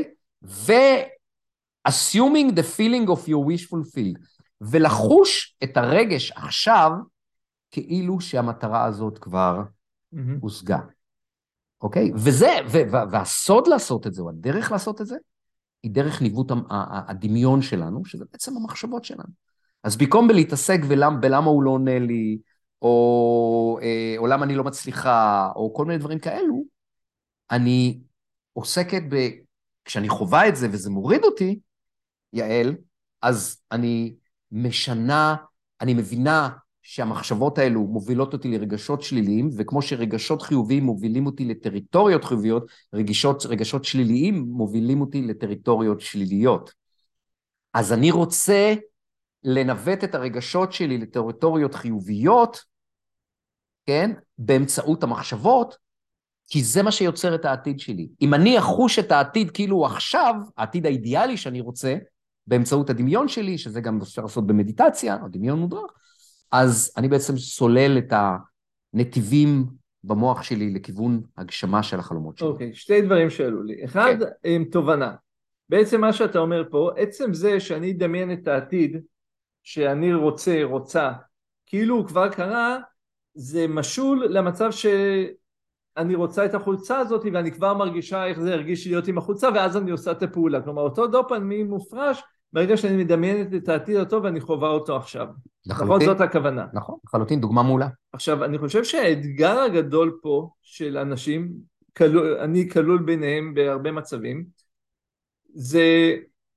assuming the feeling of your wish fulfilled, ולחוש את הרגש עכשיו, כאילו שהמטרה הזאת כבר הושגה. אוקיי? והסוד לעשות את זה, או הדרך לעשות את זה, היא דרך ניווט הדמיון שלנו, שזה בעצם המחשבות שלנו. אז במקום בלהתעסק בלמה הוא לא עונה לי, או למה אני לא מצליחה, או כל מיני דברים כאלו, אני עוסקת כשאני חווה את זה וזה מוריד אותי, יעל, אז אני משנה, אני מבינה שהמחשבות האלו מובילות אותי לרגשות שליליים, וכמו שרגשות חיוביים מובילים אותי לטריטוריות חיוביות, רגשות שליליים מובילים אותי לטריטוריות שליליות. אז אני רוצה לנווט את הרגשות שלי לטריטוריות חיוביות, כן? באמצעות המחשבות, כי זה מה שיוצר את העתיד שלי. אם אני אחוש את העתיד כאילו עכשיו, העתיד האידיאלי שאני רוצה, באמצעות הדמיון שלי, שזה גם אפשר לעשות במדיטציה, או דמיון מודרך, אז אני בעצם סולל את הנתיבים במוח שלי לכיוון הגשמה של החלומות שלי. אוקיי, שתי דברים שאלו לי. אחד, תובנה. בעצם מה שאתה אומר פה, עצם זה שאני אדמיין את העתיד, שאני רוצה, כאילו הוא כבר קרה, זה משול למצב שאני רוצה את החולצה הזאת, ואני כבר מרגישה איך זה הרגיש להיות עם החולצה, ואז אני עושה את הפעולה. כלומר, אותו דופמין מופרש, ברגע שאני מדמיינת את העתיד אותו, ואני חווה אותו עכשיו. נכון, זאת הכוונה. נכון, לחלוטין, דוגמה מעולה. עכשיו, אני חושב שהאתגר הגדול פה של אנשים, אני כלול ביניהם בהרבה מצבים, זה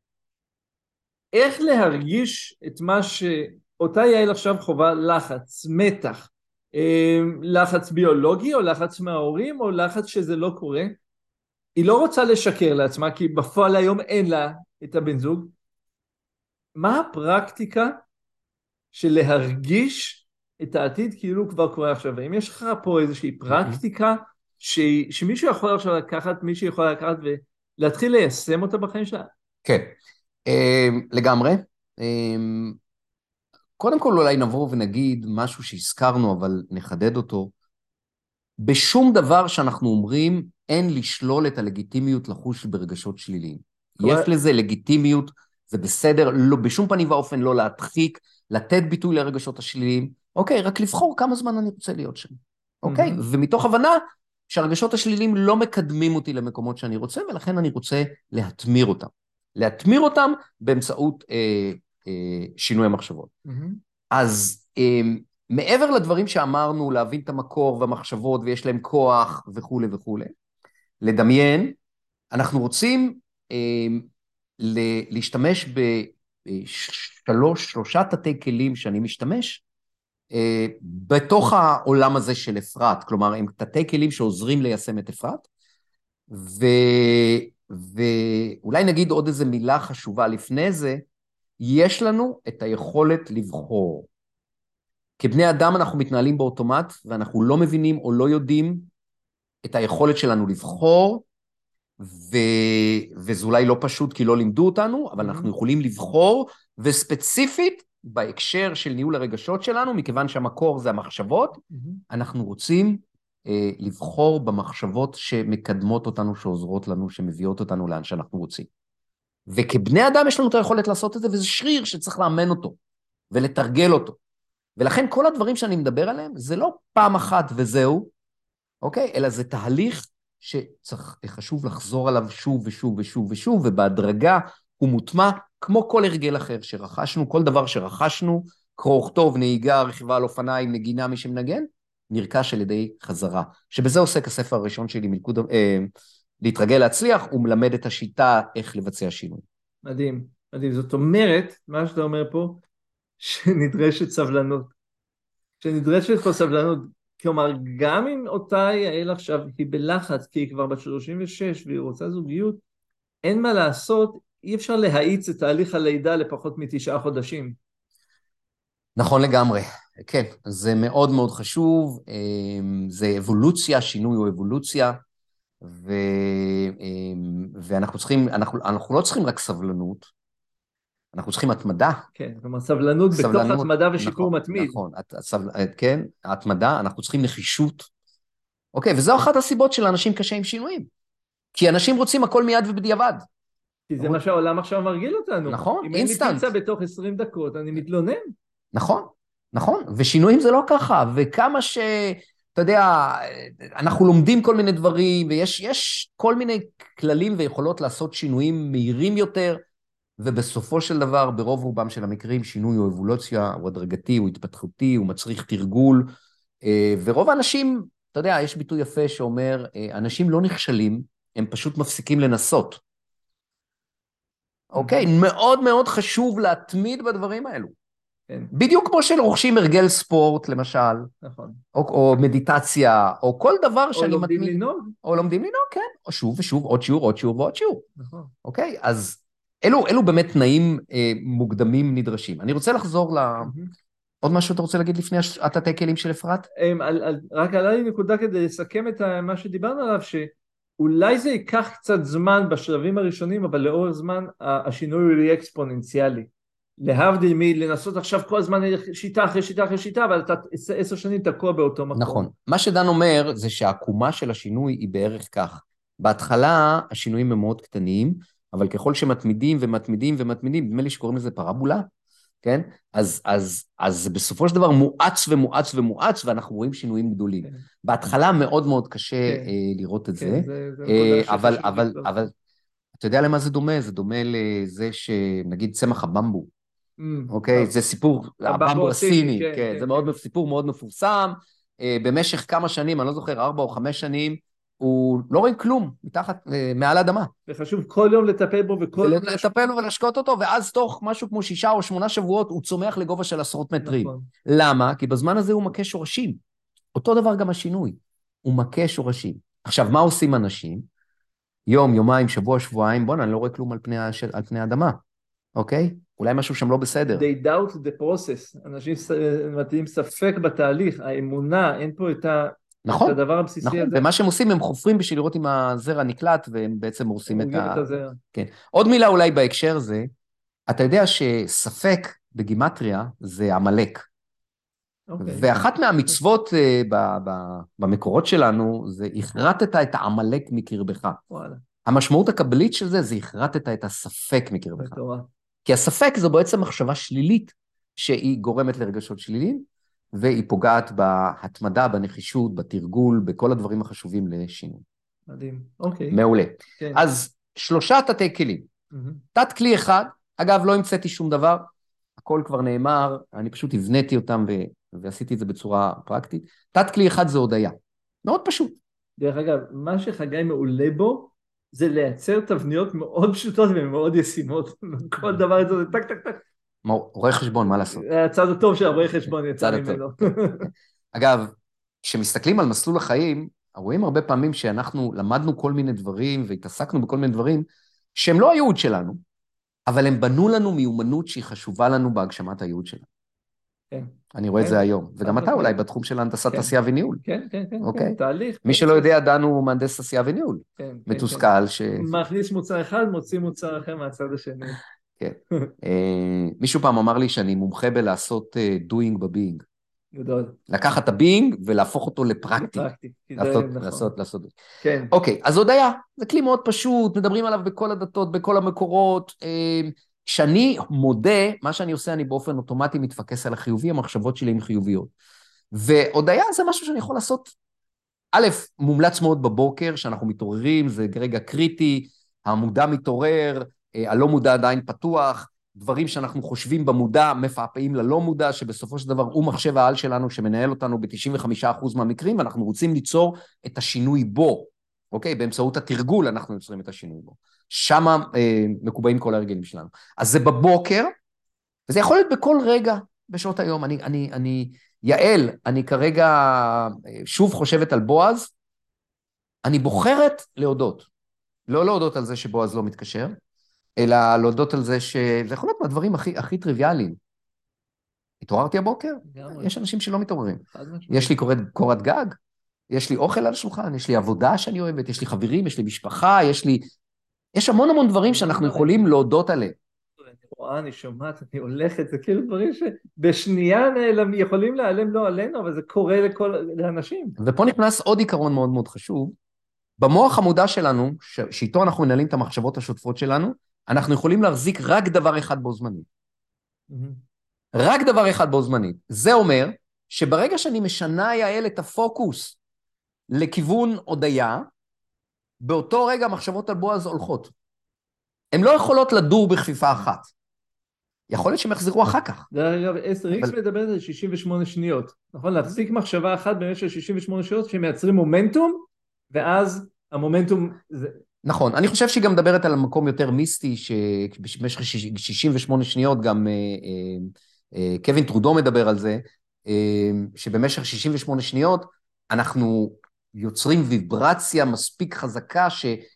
איך להרגיש את מה שאותה יעל עכשיו חובה, לחץ, מתח, לחץ ביולוגי או לחץ מההורים או לחץ שזה לא קורה. היא לא רוצה לשקר לעצמה כי בפועל היום אין לה את הבן זוג. מה הפרקטיקה של להרגיש את העתיד כאילו הוא כבר קורה עכשיו? האם יש לך פה איזושהי פרקטיקה שמישהו יכול עכשיו לקחת, מישהו יכול לקחת ולהתחיל ליישם אותה בחיים שלה? כן, לגמרי. קודם כל אולי נבוא ונגיד משהו שהזכרנו, אבל נחדד אותו. בשום דבר שאנחנו אומרים, אין לשלול את הלגיטימיות לחוש ברגשות שליליים. יש לזה לגיטימיות, זה בסדר, לא, בשום פנים ואופן לא להדחיק, לתת ביטוי לרגשות השליליים, אוקיי, רק לבחור כמה זמן אני רוצה להיות שם. אוקיי? ומתוך הבנה שהרגשות השליליים לא מקדמים אותי למקומות שאני רוצה, ולכן אני רוצה להתמיר אותם. להתמיר אותם באמצעות שינוי המחשבות. אז מעבר לדברים שאמרנו, להבין את המקור והמחשבות, ויש להם כוח וכו' וכו', לדמיין, אנחנו רוצים להשתמש בשלושה תתי כלים שאני משתמש, בתוך העולם הזה של אפרת, כלומר, הם תתי כלים שעוזרים ליישם את אפרת, ואולי נגיד עוד איזו מילה חשובה לפני זה, יש לנו את היכולת לבחור. כבני אדם אנחנו מתנהלים באוטומט, ואנחנו לא מבינים או לא יודעים את היכולת שלנו לבחור, וזה אולי לא פשוט כי לא לימדו אותנו, אבל אנחנו יכולים לבחור, וספציפית בהקשר של ניהול הרגשות שלנו, מכיוון שהמקור זה המחשבות, אנחנו רוצים לבחור במחשבות שמקדמות אותנו, שעוזרות לנו, שמביאות אותנו לאן שאנחנו רוצים. וכבני אדם יש לנו את היכולת לעשות את זה, וזה שריר שצריך לאמן אותו, ולתרגל אותו. ולכן כל הדברים שאני מדבר עליהם, זה לא פעם אחת וזהו, אוקיי? אלא זה תהליך שחשוב לחזור עליו שוב ושוב ושוב ושוב, ובהדרגה הוא מוטמע כמו כל הרגל אחר שרכשנו, כל דבר שרכשנו, קרוא וכתוב, נהיגה, רכיבה על אופניים, נגינה, מי שמנגן, נרכש על ידי חזרה. שבזה עוסק הספר הראשון שלי, להתרגל להצליח, הוא מלמד את השיטה איך לבצע שינוי. מדהים, מדהים. זאת אומרת, מה שאתה אומר פה, שנדרשת סבלנות. שנדרשת פה סבלנות. כלומר, גם אם אותה יעל עכשיו היא בלחץ, כי היא כבר בת 36 והיא רוצה זוגיות, אין מה לעשות, אי אפשר להאיץ את תהליך הלידה לפחות מ9 חודשים. נכון לגמרי, כן, זה מאוד מאוד חשוב, זה אבולוציה, שינוי הוא אבולוציה, ואנחנו צריכים, אנחנו לא צריכים רק סבלנות, אנחנו צריכים התמדה. כן, כלומר סבלנות בתוך התמדה ושיפור מתמיד. נכון, כן, התמדה, אנחנו צריכים נחישות, אוקיי, וזו אחת הסיבות של אנשים קשה עם שינויים. כי אנשים רוצים הכל מיד ובדיעבד. כי זה מה שהעולם עכשיו מרגיל אותנו. נכון, אם אין לי אינסטנט. פיצה בתוך 20 דקות, אני מתלונן. נכון, נכון, ושינויים זה לא ככה, וכמה אתה יודע, אנחנו לומדים כל מיני דברים, ויש כל מיני כללים ויכולות לעשות שינויים מהירים יותר, ובסופו של דבר, ברוב רובם של המקרים, שינוי הוא אבולוציה, הוא הדרגתי, הוא התפתחותי, הוא מצריך תרגול, ורוב האנשים, אתה יודע, יש ביטוי יפה שאומר, אנשים לא נכשלים, הם פשוט מפסיקים לנסות. אוקיי? מאוד מאוד חשוב להתמיד בדברים האלו. כן. בדיוק כמו של רוכשים הרגל ספורט, למשל, נכון. או מדיטציה, או כל דבר שאני או לומדים מתמיד. לנהוג. או לומדים לנהוג, כן. או שוב ושוב, עוד שיעור, עוד שיעור ועוד שיעור. נכון. אוקיי? אז אלו באמת תנאים מוקדמים נדרשים. אני רוצה לחזור עוד משהו אתה רוצה להגיד לפני התתי כלים של אפרת? רק עלה לי נקודה כדי לסכם את מה שדיברנו עליו, שאולי זה ייקח קצת זמן בשלבים הראשונים, אבל לאורך זמן השינוי הוא יהיה אקספוננציאלי. להבדיל מלנסות עכשיו כל הזמן שיטה אחרי שיטה אחרי שיטה, אבל אתה 10 שנים תקוע באותו מקום. נכון. מה שדן אומר זה שהעקומה של השינוי היא בערך כך. בהתחלה השינויים הם מאוד קטנים, אבל ככל שמתמידים ומתמידים ומתמידים, נדמה לי שקוראים לזה פרבולה, כן? אז בסופו של דבר מואץ ומואץ ומואץ, ואנחנו רואים שינויים גדולים. כן. בהתחלה מאוד מאוד קשה כן. לראות את כן, זה, אבל אתה יודע למה זה דומה? זה דומה לזה שנגיד צמח הבמבו, אוקיי? זה סיפור, הבמבו הסיני, כן, זה סיפור מאוד מפורסם, במשך כמה שנים, אני לא זוכר, 4 או 5 שנים, הוא לא רואים כלום מתחת, מעל האדמה. וחשוב כל יום לטפל בו לטפל בו ולשקוט אותו, ואז תוך משהו כמו 6 או 8 שבועות, הוא צומח לגובה של עשרות מטרים. נכון. למה? כי בזמן הזה הוא מכה שורשים. אותו דבר גם השינוי, הוא מכה שורשים. עכשיו, מה עושים אנשים? יום, יומיים, שבוע, שבועיים, בוא, אני לא רואה כלום על פני האדמה, אוקיי? אולי משהו שם לא בסדר. They doubt the process. אנשים מטילים ספק בתהליך, האמונה, אין פה את הדבר הבסיסי נכון, הזה. ומה שהם עושים, הם חופרים בשביל לראות אם הזרע נקלט, והם בעצם הורסים את הזרע. כן. עוד מילה אולי בהקשר זה, אתה יודע שספק בגימטריה זה עמלק. ואחת מהמצוות במקורות שלנו, זה הכרתת את העמלק מקרבך. המשמעות הקבלית של זה, זה הכרתת את הספק מקרבך. כי הספק זו בעצם מחשבה שלילית, שהיא גורמת לרגשות שליליים, והיא פוגעת בהתמדה, בנחישות, בתרגול, בכל הדברים החשובים לשינוי. מדהים, אוקיי. מעולה. אז 3 תתי כלים. תת כלי אחד, אגב, לא המצאתי שום דבר, הכל כבר נאמר, אני פשוט הבניתי אותם ועשיתי את זה בצורה פרקטית. תת כלי אחד זה הודיה. מאוד פשוט. דרך אגב, מה שחגי מעולה בו, זה לייצר תבניות מאוד פשוטות ומאוד ישימות. כל דבר הזה, טק, טק, טק. רואה חשבון, מה לעשות? הצד הטוב של רואה חשבון יצא ממנו. אגב, כשמסתכלים על מסלול החיים, רואים הרבה פעמים שאנחנו למדנו כל מיני דברים והתעסקנו בכל מיני דברים שהם לא הייעוד שלנו, אבל הם בנו לנו מיומנות שהיא חשובה לנו בהגשמת הייעוד שלנו. כן. אני רואה את זה היום. וגם אתה אולי בתחום של הנדסת תעשייה וניהול. כן, כן, כן. תהליך. מי שלא יודע, דן הוא מהנדס תעשייה וניהול. מתוסכל ש... מכניס מוצר אחד, מוציא מוצר אחר מהצד השני. כן. מישהו פעם אמר לי שאני מומחה בלעשות doing ב-being. גדול. לקחת את ה-being ולהפוך אותו לפרקטי. לעשות. כן. אוקיי, אז הודיה, זה כלי מאוד פשוט, מדברים עליו בכל הדתות, בכל המקורות. כשאני מודה, מה שאני עושה, אני באופן אוטומטי מתפקס על החיובי, המחשבות שלי הן חיוביות. והודיה זה משהו שאני יכול לעשות, א', מומלץ מאוד בבוקר, שאנחנו מתעוררים, זה רגע קריטי, המודע מתעורר, הלא מודע עדיין פתוח, דברים שאנחנו חושבים במודע, מפעפעים ללא מודע, שבסופו של דבר הוא מחשב העל שלנו, שמנהל אותנו ב-95% מהמקרים, ואנחנו רוצים ליצור את השינוי בו, אוקיי? באמצעות התרגול אנחנו יוצרים את השינוי בו. שם מקובעים כל הרגלים שלנו. אז זה בבוקר, וזה יכול להיות בכל רגע בשעות היום. יעל, אני כרגע שוב חושבת על בועז, אני בוחרת להודות. לא להודות על זה שבועז לא מתקשר, אלא להודות על זה שזה יכול להיות מהדברים הכי טריוויאליים. התעוררתי הבוקר? יש אנשים שלא מתעוררים. יש לי קורת גג, יש לי אוכל על השולחן, יש לי עבודה שאני אוהבת, יש לי חברים, יש לי משפחה, יש המון דברים שאנחנו יכולים להודות עליהם. רואה, אני שומעת, אני הולכת, זה כאילו דברים שבשנייה יכולים להיעלם לא עלינו, אבל זה קורה לאנשים. ופה נכנס עוד עיקרון מאוד מאוד חשוב. במוח המודע שלנו, שאיתו אנחנו מנהלים את המחשבות השוטפות שלנו, אנחנו יכולים להחזיק רק דבר אחד בו זמנית. רק דבר אחד בו זמנית. זה אומר שברגע שאני משנה, יעל, את הפוקוס לכיוון הודיה, באותו רגע המחשבות על בועז הולכות. הן לא יכולות לדור בכפיפה אחת. יכול להיות שהם יחזרו אחר כך. דרך אגב, איקס מדברת על 68 שניות. נכון? להחזיק מחשבה אחת במשך 68 שניות שמייצרים מומנטום, ואז המומנטום... נכון, אני חושב שהיא גם מדברת על מקום יותר מיסטי, שבמשך 68 שניות גם קווין טרודו מדבר על זה, שבמשך 68 שניות אנחנו יוצרים ויברציה מספיק חזקה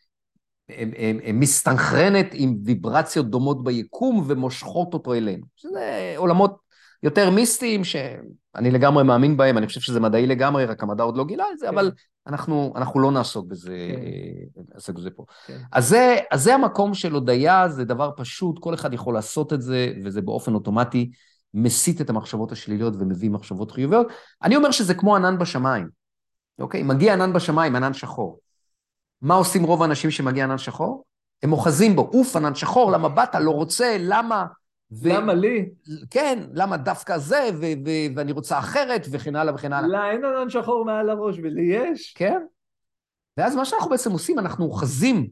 שמסתנכרנת עם ויברציות דומות ביקום ומושכות אותו אלינו. שזה עולמות יותר מיסטיים שאני לגמרי מאמין בהם, אני חושב שזה מדעי לגמרי, רק המדע עוד לא גילה את זה, כן. אבל אנחנו לא נעסוק בזה, נעסוק בזה פה. כן. אז זה המקום של הודיה, זה דבר פשוט, כל אחד יכול לעשות את זה, וזה באופן אוטומטי מסית את המחשבות השליליות ומביא מחשבות חיוביות. אני אומר שזה כמו ענן בשמיים, אוקיי? מגיע ענן בשמיים, ענן שחור. מה עושים רוב האנשים שמגיע ענן שחור? הם אוחזים בו, אוף, ענן שחור, למה באת, לא רוצה, למה... למה לי? כן, למה דווקא זה, ואני רוצה אחרת, וכן הלאה וכן הלאה. לא, אין ענן שחור מעל הראש, ולי יש. כן. ואז מה שאנחנו בעצם עושים, אנחנו אוחזים,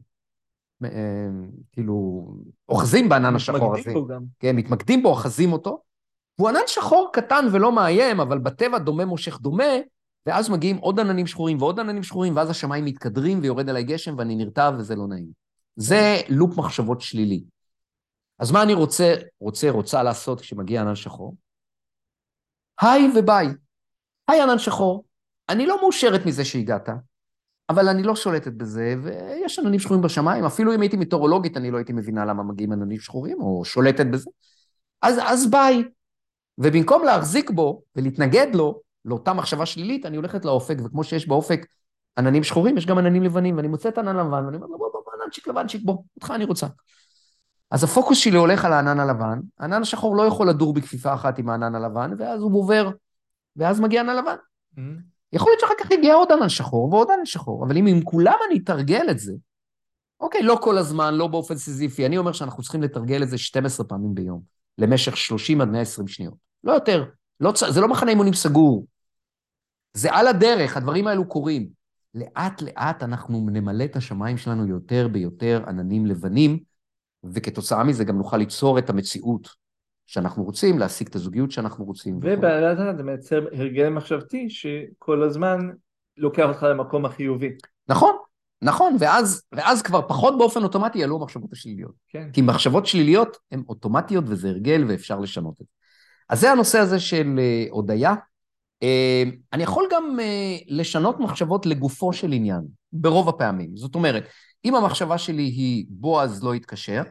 כאילו, אוחזים בענן השחור הזה. מתמקדים בו גם. כן, מתמקדים בו, אוחזים אותו. הוא ענן שחור קטן ולא מאיים, אבל בטבע דומה מושך דומה, ואז מגיעים עוד עננים שחורים ועוד עננים שחורים, ואז השמיים מתקדרים ויורד עליי גשם, ואני נרטב וזה לא נעים. זה לופ מחשבות שלילי. אז מה אני רוצה לעשות כשמגיע ענן שחור? היי וביי. היי ענן שחור, אני לא מאושרת מזה שהגעת, אבל אני לא שולטת בזה, ויש עננים שחורים בשמיים, אפילו אם הייתי מטאורולוגית, אני לא הייתי מבינה למה מגיעים עננים שחורים, או שולטת בזה. אז ביי. ובמקום להחזיק בו ולהתנגד לו, לאותה מחשבה שלילית, אני הולכת לאופק, וכמו שיש באופק עננים שחורים, יש גם עננים לבנים, ואני מוצא את ענן לבן, ואני אומר, בוא, עננצ'יק לבנצ'יק, בוא, אותך אני רוצה. אז הפוקוס שלי הולך על הענן הלבן, הענן השחור לא יכול לדור בכפיפה אחת עם הענן הלבן, ואז הוא עובר, ואז מגיע ענן לבן. יכול להיות שאחר כך יגיע עוד ענן שחור ועוד ענן שחור, אבל אם עם כולם אני אתרגל את זה, אוקיי, לא כל הזמן, לא באופן סיזיפי, אני אומר שאנחנו צריכים לתרגל את זה 12 פעמים ביום, למשך 30 עד 120 שניות. לא יותר, זה לא מחנה אימונים סגור, זה על הדרך, הדברים האלו קורים. לאט לאט אנחנו נמלא את השמיים שלנו יותר ביותר עננים לבנים, וכתוצאה מזה גם נוכל ליצור את המציאות שאנחנו רוצים, להשיג את הזוגיות שאנחנו רוצים. ובעלת זה מייצר הרגל מחשבתי שכל הזמן לוקח אותך למקום החיובי. נכון, נכון, ואז כבר פחות באופן אוטומטי יעלו המחשבות השליליות. כן. כי מחשבות שליליות הן אוטומטיות וזה הרגל ואפשר לשנות את זה. אז זה הנושא הזה של הודיה. אני יכול גם לשנות מחשבות לגופו של עניין, ברוב הפעמים. זאת אומרת, אם המחשבה שלי היא בועז לא יתקשר,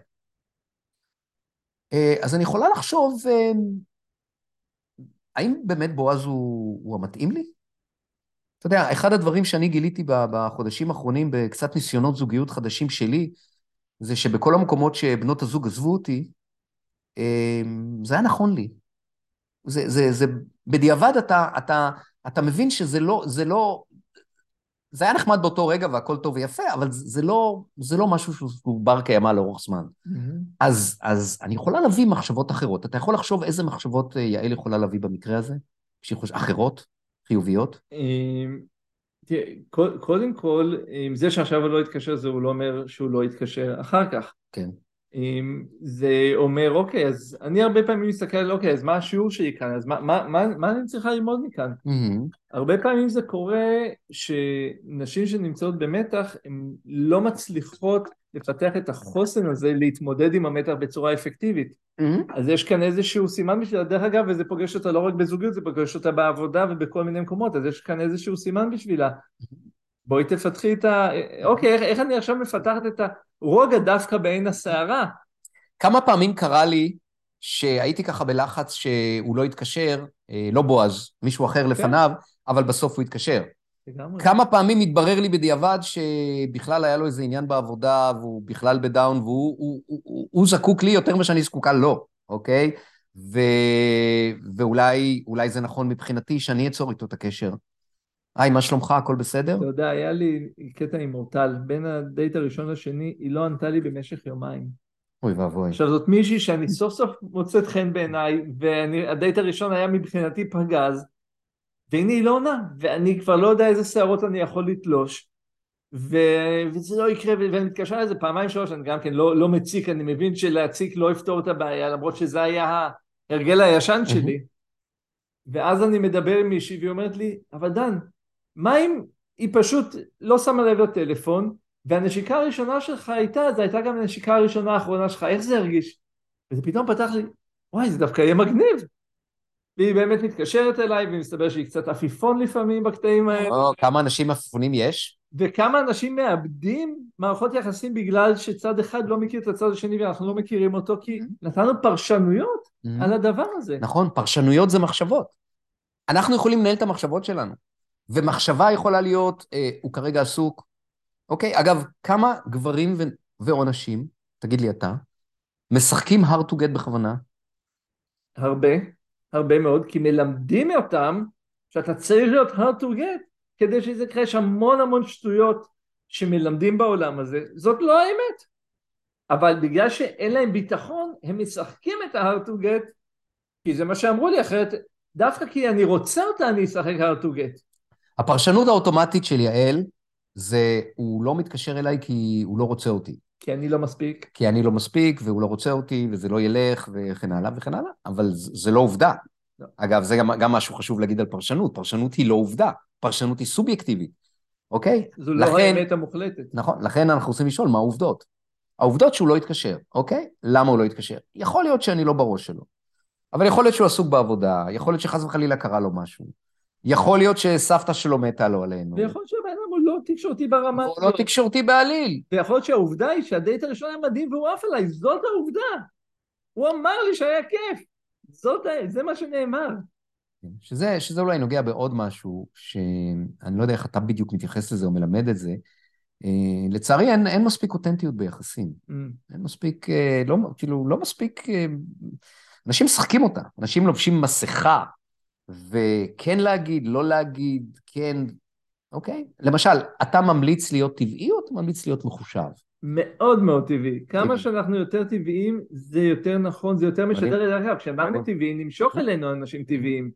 אז אני יכולה לחשוב, האם באמת בועז הוא המתאים לי? אתה יודע, אחד הדברים שאני גיליתי בחודשים האחרונים, בקצת ניסיונות זוגיות חדשים שלי, זה שבכל המקומות שבנות הזוג עזבו אותי, זה היה נכון לי. זה בדיעבד אתה מבין שזה לא, זה היה נחמד באותו רגע והכל טוב ויפה, אבל זה לא משהו שהוא בר קיימא לאורך זמן. אז אני יכולה להביא מחשבות אחרות. אתה יכול לחשוב איזה מחשבות יעל יכולה להביא במקרה הזה? אחרות, חיוביות? קודם כל, עם זה שעכשיו הוא לא יתקשר, זה הוא לא אומר שהוא לא יתקשר אחר כך. כן. זה אומר, אוקיי, אז אני הרבה פעמים מסתכל, אוקיי, אז מה השיעור שלי כאן? אז מה אני צריכה ללמוד מכאן? הרבה פעמים זה קורה שנשים שנמצאות במתח, הן לא מצליחות לפתח את החוסן הזה, להתמודד עם המתח בצורה אפקטיבית. אז יש כאן איזשהו סימן בשבילה, דרך אגב, וזה פוגש אותה לא רק בזוגיות, זה פוגש אותה בעבודה ובכל מיני מקומות, אז יש כאן איזשהו סימן בשבילה. בואי תפתחי את אוקיי, איך אני עכשיו מפתחת את הרוגע דווקא בעין הסערה? כמה פעמים קרה לי שהייתי ככה בלחץ שהוא לא יתקשר, לא בועז, מישהו אחר לפניו, אבל בסוף הוא יתקשר. לגמרי. כמה פעמים מתברר לי בדיעבד שבכלל היה לו איזה עניין בעבודה, והוא בכלל בדאון, והוא זקוק לי יותר ממה שאני זקוקה לו, אוקיי? ואולי זה נכון מבחינתי שאני אצור איתו את הקשר. היי, מה שלומך? הכל בסדר? אתה יודע, היה לי קטע עם אורטל, בין הדייט הראשון לשני, היא לא ענתה לי במשך יומיים. אוי ואבוי. עכשיו, זאת מישהי שאני סוף סוף מוצאת חן בעיניי, והדייט הראשון היה מבחינתי פגז, והנה היא לא עונה, ואני כבר לא יודע איזה שערות אני יכול לתלוש, וזה לא יקרה, ואני מתקשר לזה פעמיים שלוש, אני גם כן לא מציק, אני מבין שלהציק לא יפתור את הבעיה, למרות שזה היה ההרגל הישן שלי, ואז אני מדבר עם מישהי, והיא אומרת לי, אבל דן, מה אם היא פשוט לא שמה לב לטלפון, והנשיקה הראשונה שלך הייתה, זו הייתה גם הנשיקה הראשונה האחרונה שלך, איך זה הרגיש? וזה פתאום פתח לי, וואי, זה דווקא יהיה מגניב. והיא באמת מתקשרת אליי, ומסתבר שהיא קצת עפיפון לפעמים בקטעים האלה. כמה אנשים עפיפונים יש? וכמה אנשים מאבדים מערכות יחסים בגלל שצד אחד לא מכיר את הצד השני, ואנחנו לא מכירים אותו, כי נתנו פרשנויות על הדבר הזה. נכון, פרשנויות זה מחשבות. אנחנו יכולים לנהל את המחשבות שלנו, ומחשבה יכולה להיות, הוא כרגע עסוק. אוקיי, אגב, כמה גברים ואנשים, תגיד לי אתה, משחקים hard to get בכוונה? הרבה, הרבה מאוד, כי מלמדים אותם שאתה צריך להיות hard to get, כדי שזה יקרה. יש המון המון שטויות שמלמדים בעולם הזה, זאת לא האמת. אבל בגלל שאין להם ביטחון, הם משחקים את ה-hard to get, כי זה מה שאמרו לי, אחרת, דווקא כי אני רוצה אותה, אני אשחק hard to get. הפרשנות האוטומטית של יעל, זה הוא לא מתקשר אליי כי הוא לא רוצה אותי. כי אני לא מספיק. כי אני לא מספיק, והוא לא רוצה אותי, וזה לא ילך, וכן הלאה וכן הלאה, אבל זה לא עובדה. לא. אגב, זה גם משהו חשוב להגיד על פרשנות. פרשנות היא לא עובדה, פרשנות היא סובייקטיבית, אוקיי? זו לא האמת המוחלטת. נכון, לכן אנחנו רוצים לשאול מה העובדות. העובדות שהוא לא התקשר, אוקיי? למה הוא לא התקשר? יכול להיות שאני לא בראש שלו, אבל יכול להיות שהוא עסוק בעבודה, יכול להיות שחס וחלילה קרה לו משהו, יכול להיות שסבתא שלו מתה לו עלינו. ויכול להיות שהבן אדם הוא לא תקשורתי ברמה הוא לא תקשורתי בעליל. ויכול להיות שהעובדה היא שהדייט הראשון היה מדהים והוא עף עליי, זאת העובדה. הוא אמר לי שהיה כיף. זה מה שנאמר. שזה אולי נוגע בעוד משהו, שאני לא יודע איך אתה בדיוק מתייחס לזה או מלמד את זה. לצערי אין מספיק אותנטיות ביחסים. אין מספיק, לא מספיק, אנשים משחקים אותה, אנשים לובשים מסכה, וכן להגיד, לא להגיד, כן, אוקיי? למשל, אתה ממליץ להיות טבעי או אתה ממליץ להיות מחושב? מאוד מאוד טבעי. כמה שאנחנו יותר טבעיים, זה יותר נכון, זה יותר משדר את הרב. כשאנחנו טבעיים, נמשוך אלינו אנשים טבעיים.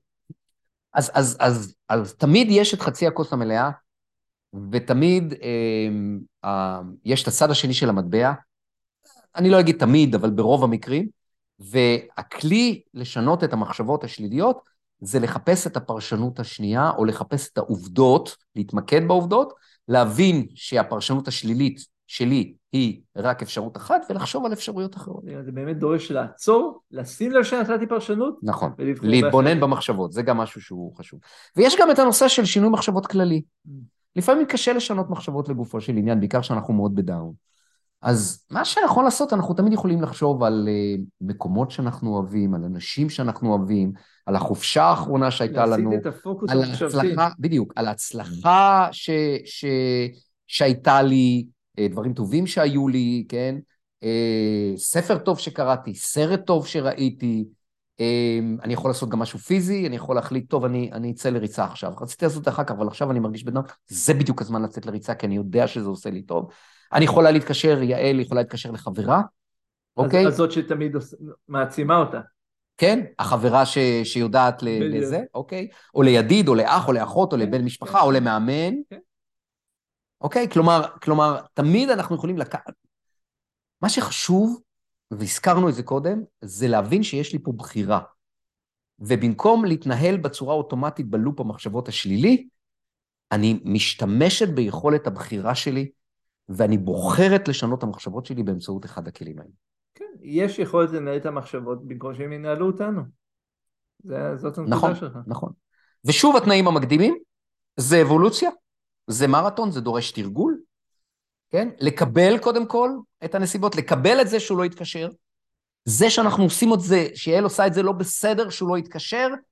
אז תמיד יש את חצי הכוס המלאה, ותמיד יש את הצד השני של המטבע, אני לא אגיד תמיד, אבל ברוב המקרים, והכלי לשנות את המחשבות השליליות, זה לחפש את הפרשנות השנייה, או לחפש את העובדות, להתמקד בעובדות, להבין שהפרשנות השלילית שלי היא רק אפשרות אחת, ולחשוב על אפשרויות אחרות. זה באמת דורש לעצור, לשים לב שנתתי פרשנות. נכון, להתבונן במחשבות, זה גם משהו שהוא חשוב. ויש גם את הנושא של שינוי מחשבות כללי. לפעמים קשה לשנות מחשבות לגופו של עניין, בעיקר שאנחנו מאוד בדאון. אז מה שנכון לעשות, אנחנו תמיד יכולים לחשוב על מקומות שאנחנו אוהבים, על אנשים שאנחנו אוהבים, על החופשה האחרונה שהייתה לנו. להסיט את הפוקוס המחשבתי. בדיוק, על ההצלחה שהייתה לי, דברים טובים שהיו לי, כן? ספר טוב שקראתי, סרט טוב שראיתי, אני יכול לעשות גם משהו פיזי, אני יכול להחליט, טוב, אני אצא לריצה עכשיו. רציתי לעשות את זה אחר כך, אבל עכשיו אני מרגיש בדאון, זה בדיוק הזמן לצאת לריצה, כי אני יודע שזה עושה לי טוב. אני יכולה להתקשר, יעל יכולה להתקשר לחברה, אוקיי? אז זאת שתמיד מעצימה אותה. כן, החברה שיודעת לזה, אוקיי? או לידיד, או לאח, או לאחות, או לבן משפחה, או למאמן. אוקיי? כלומר, תמיד אנחנו יכולים לקחת. מה שחשוב, והזכרנו את זה קודם, זה להבין שיש לי פה בחירה. ובמקום להתנהל בצורה אוטומטית בלופ המחשבות השלילי, אני משתמשת ביכולת הבחירה שלי, ואני בוחרת לשנות את המחשבות שלי באמצעות אחד הכלים האלה. כן, יש יכולת לנהל את המחשבות במקום שהם ינהלו אותנו. זאת הנקודה שלך. נכון. ושוב התנאים המקדימים, זה אבולוציה, זה מרתון, זה דורש תרגול, כן? לקבל קודם כל את הנסיבות, לקבל את זה שהוא לא יתקשר, זה שאנחנו עושים את זה, שיעל עושה את זה לא בסדר שהוא לא יתקשר,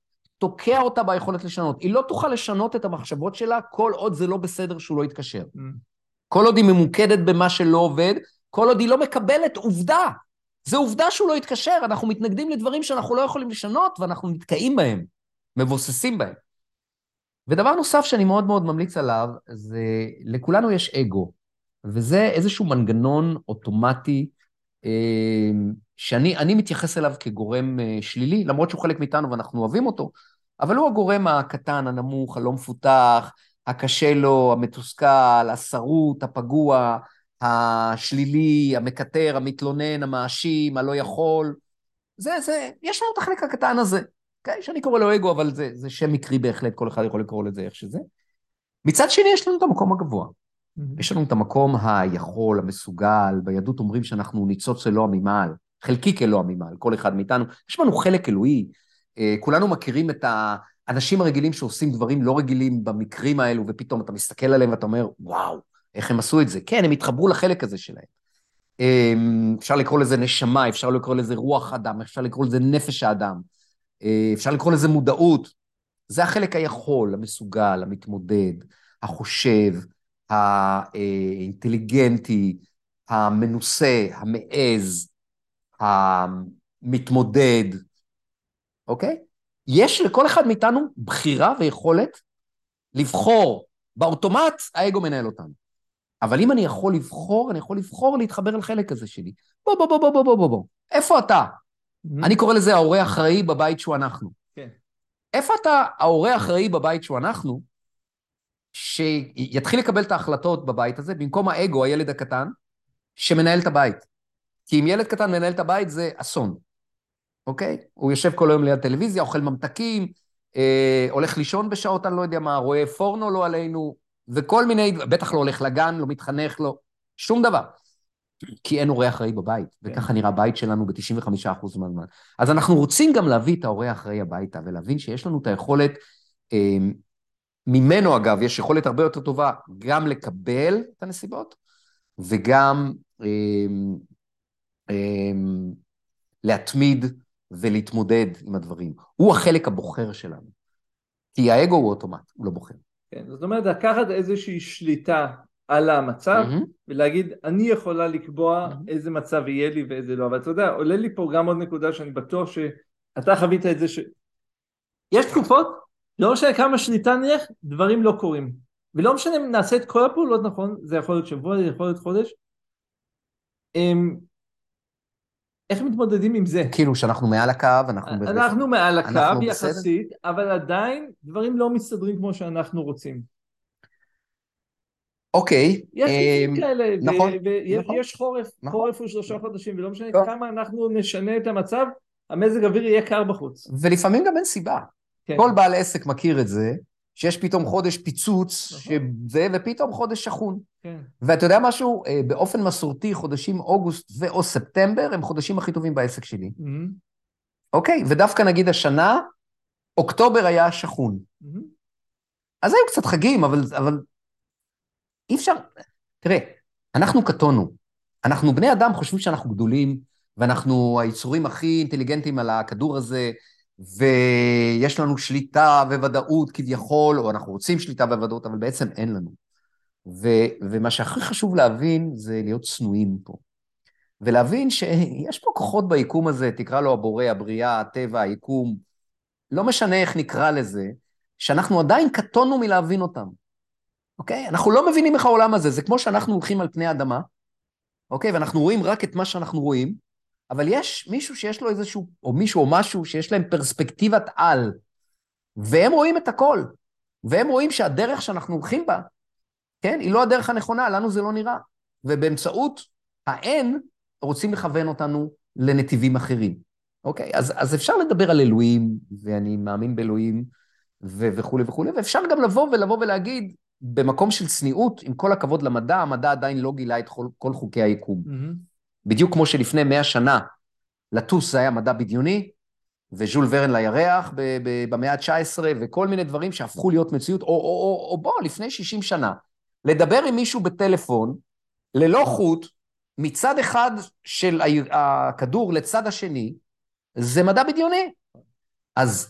תוקע אותה ביכולת לשנות. היא לא תוכל לשנות את המחשבות שלה, כל עוד זה לא בסדר שהוא לא יתקשר. כל עוד היא ממוקדת במה שלא עובד, כל עוד היא לא מקבלת עובדה. זה עובדה שהוא לא יתקשר, אנחנו מתנגדים לדברים שאנחנו לא יכולים לשנות, ואנחנו נתקעים בהם, מבוססים בהם. ודבר נוסף שאני מאוד מאוד ממליץ עליו, זה לכולנו יש אגו, וזה איזשהו מנגנון אוטומטי, שאני מתייחס אליו כגורם שלילי, למרות שהוא חלק מאיתנו ואנחנו אוהבים אותו, אבל הוא הגורם הקטן, הנמוך, הלא מפותח, הקשה לו, המתוסכל, השרוט, הפגוע, השלילי, המקטר, המתלונן, המאשים, הלא יכול. יש לנו את החלק הקטן הזה, okay? שאני קורא לו אגו, אבל זה שם מקרי בהחלט, כל אחד יכול לקרוא לזה איך שזה. מצד שני, יש לנו את המקום הגבוה. יש לנו את המקום היכול, המסוגל, ביהדות אומרים שאנחנו ניצוץ אלוה ממעל, חלקיק אלוה ממעל, כל אחד מאיתנו, יש לנו חלק אלוהי, כולנו מכירים את האנשים הרגילים שעושים דברים לא רגילים במקרים האלו, ופתאום אתה מסתכל עליהם ואתה אומר, וואו, איך הם עשו את זה? כן, הם התחברו לחלק הזה שלהם. אפשר לקרוא לזה נשמה, אפשר לקרוא לזה רוח אדם, אפשר לקרוא לזה נפש האדם, אפשר לקרוא לזה מודעות. זה החלק היכול, המסוגל, המתמודד, החושב, האינטליגנטי, המנוסה, המעז, המתמודד, אוקיי? יש לכל אחד מאיתנו בחירה ויכולת לבחור. באוטומט האגו מנהל אותנו. אבל אם אני יכול לבחור להתחבר לחלק הזה שלי. בוא. איפה אתה? אני קורא לזה ההורה האחראי בבית שהוא אנחנו. כן. איפה אתה ההורה האחראי בבית שהוא אנחנו, שיתחיל לקבל את ההחלטות בבית הזה, במקום האגו, הילד הקטן, שמנהל את הבית. כי אם ילד קטן מנהל את הבית, זה אסון. אוקיי? הוא יושב כל היום ליד טלוויזיה, אוכל ממתקים, הולך לישון בשעות, אני לא יודע מה, רואה פורנו לא עלינו, וכל מיני, בטח לא הולך לגן, לא מתחנך לו, שום דבר. כי אין הורה אחראי בבית, וככה נראה הבית שלנו ב-95% מהזמן. אז אנחנו רוצים גם להביא את ההורה האחראי הביתה, ולהבין שיש לנו את היכולת, ממנו אגב, יש יכולת הרבה יותר טובה, גם לקבל את הנסיבות, וגם להתמיד ולהתמודד עם הדברים. הוא החלק הבוחר שלנו. כי האגו הוא אוטומט, הוא לא בוחר. כן, זאת אומרת, לקחת איזושהי שליטה על המצב, ולהגיד, אני יכולה לקבוע איזה מצב יהיה לי ואיזה לא. אבל אתה יודע, עולה לי פה גם עוד נקודה שאני בטוח שאתה חווית את זה יש תקופות, לא משנה כמה שליטה נלך, דברים לא קורים. ולא משנה אם נעשה את כל הפעולות נכון, זה יכול להיות שבוע, זה יכול להיות חודש. איך מתמודדים עם זה? כאילו שאנחנו מעל הקו, אנחנו מעל הקו יחסית, אבל עדיין דברים לא מסתדרים כמו שאנחנו רוצים. אוקיי. יש חיצים כאלה, נכון. ויש חורף, חורף הוא 3 חודשים, ולא משנה כמה אנחנו נשנה את המצב, המזג אוויר יהיה קר בחוץ. ולפעמים גם אין סיבה. כל בעל עסק מכיר את זה, שיש פתאום חודש פיצוץ, ופתאום חודש שחון. ואתה יודע משהו, באופן מסורתי, חודשים אוגוסט ואו ספטמבר, הם חודשים הכי טובים בעסק שלי. אוקיי, ודווקא נגיד השנה, אוקטובר היה שחון. אז היו קצת חגים, אבל אי אפשר, תראה, אנחנו קטונו, אנחנו בני אדם חושבים שאנחנו גדולים, ואנחנו היצורים הכי אינטליגנטים על הכדור הזה, ויש לנו שליטה וודאות כביכול, או אנחנו רוצים שליטה וודאות, אבל בעצם אין לנו. ומה שהכי חשוב להבין זה להיות צנועים פה. ולהבין שיש פה כוחות ביקום הזה, תקרא לו הבורא, הבריאה, הטבע, היקום, לא משנה איך נקרא לזה, שאנחנו עדיין קטונו מלהבין אותם. אוקיי? אנחנו לא מבינים איך העולם הזה, זה כמו שאנחנו הולכים על פני האדמה, אוקיי? ואנחנו רואים רק את מה שאנחנו רואים, אבל יש מישהו שיש לו איזשהו, או מישהו או משהו שיש להם פרספקטיבת על, והם רואים את הכל, והם רואים שהדרך שאנחנו הולכים בה, כן? היא לא הדרך הנכונה, לנו זה לא נראה. ובאמצעות האין, רוצים לכוון אותנו לנתיבים אחרים. אוקיי? אז אפשר לדבר על אלוהים, ואני מאמין באלוהים, וכו' וכו', ואפשר גם לבוא ולהגיד, במקום של צניעות, עם כל הכבוד למדע, המדע עדיין לא גילה את כל חוקי היקום. בדיוק כמו שלפני 100 שנה, לטוס זה היה מדע בדיוני, וז'ול ורן לירח במאה ה-19, וכל מיני דברים שהפכו להיות מציאות, או בוא, לפני 60 שנה, לדבר עם מישהו בטלפון, ללא חוט, מצד אחד של הכדור לצד השני, זה מדע בדיוני. אז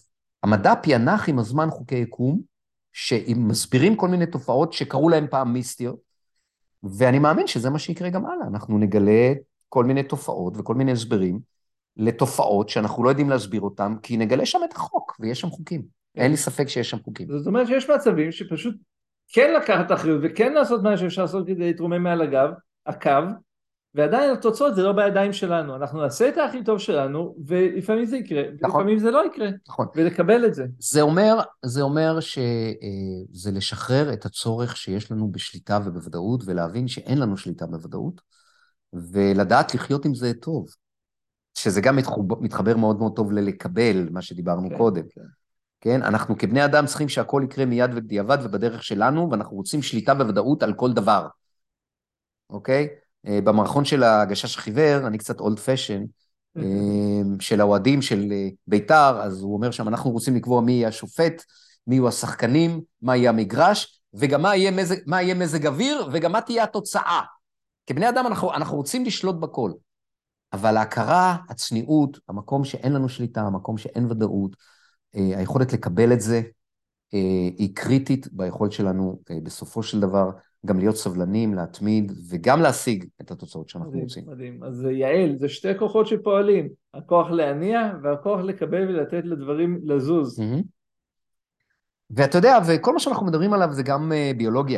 המדע פיענח עם הזמן חוקי יקום, שמסבירים כל מיני תופעות שקראו להם פעם מיסטיות, ואני מאמין שזה מה שיקרה גם הלאה. אנחנו נגלה כל מיני תופעות וכל מיני הסברים לתופעות שאנחנו לא יודעים להסביר אותם, כי נגלה שם את החוק, ויש שם חוקים. אין לי ספק שיש שם חוקים. זאת אומרת שיש מצבים שפשוט כן לקחת אחריות וכן לעשות מה שאפשר לעשות כדי להתרומם מעל הקו, ועדיין התוצאות זה לא בידיים שלנו. אנחנו נעשה את הכי טוב שלנו, ולפעמים זה יקרה, נכון. ולפעמים זה לא יקרה. נכון. ולקבל את זה. זה אומר שזה לשחרר את הצורך שיש לנו בשליטה ובוודאות, ולהבין שאין לנו שליטה בוודאות, ולדעת לחיות עם זה טוב. שזה גם מתחבר מאוד מאוד טוב ללקבל מה שדיברנו קודם. כן? אנחנו כבני אדם צריכים שהכל יקרה מיד ובדיעבד ובדרך שלנו, ואנחנו רוצים שליטה בוודאות על כל דבר. אוקיי? במערכון של הגשש החיוור, אני קצת אולד פשן, של האוהדים של ביתר, אז הוא אומר שם, אנחנו רוצים לקבוע מי יהיה השופט, מי יהיו השחקנים, מה יהיה המגרש, וגם מה יהיה מזג אוויר, וגם מה תהיה התוצאה. כבני אדם אנחנו רוצים לשלוט בכל. אבל ההכרה, הצניעות, המקום שאין לנו שליטה, המקום שאין ודאות, היכולת לקבל את זה, היא קריטית ביכולת שלנו בסופו של דבר, גם להיות סבלנים, להתמיד, וגם להשיג את התוצאות שאנחנו רוצים. מדהים. אז יעל, זה שתי כוחות שפועלים, הכוח להניע והכוח לקבל ולתת לדברים לזוז. ואתה יודע, וכל מה שאנחנו מדברים עליו זה גם ביולוגיה.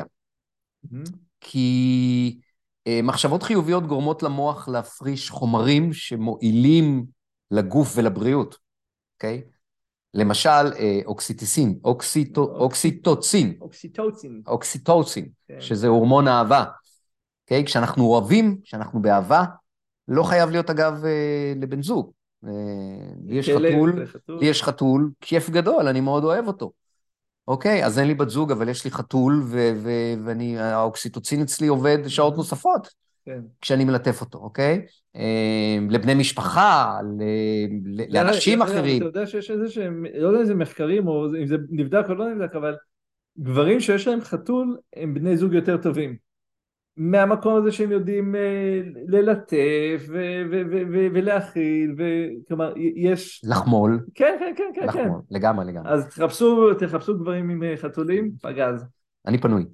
כי מחשבות חיוביות גורמות למוח להפריש חומרים שמועילים לגוף ולבריאות, אוקיי? למשל, אוקסיטוצין, שזה הורמון אהבה. Okay? כשאנחנו אוהבים, כשאנחנו באהבה, לא חייב להיות אגב לבן זוג. לי יש חתול, כיף גדול, אני מאוד אוהב אותו. אוקיי, אז אין לי בת זוג, אבל יש לי חתול, והאוקסיטוצין אצלי עובד שעות נוספות, כשאני מלטף אותו, אוקיי? לבני משפחה, לאנשים אחרים. אתה יודע שיש איזה שהם, לא יודע איזה מחקרים, או אם זה נבדק או לא נבדק, אבל גברים שיש להם חתול, הם בני זוג יותר טובים. מהמקום הזה שהם יודעים ללטף ולהכיל, וכלומר, יש... לחמול. כן. לחמול, לגמרי. אז תחפשו גברים עם חתולים, פגז. אני פנוי.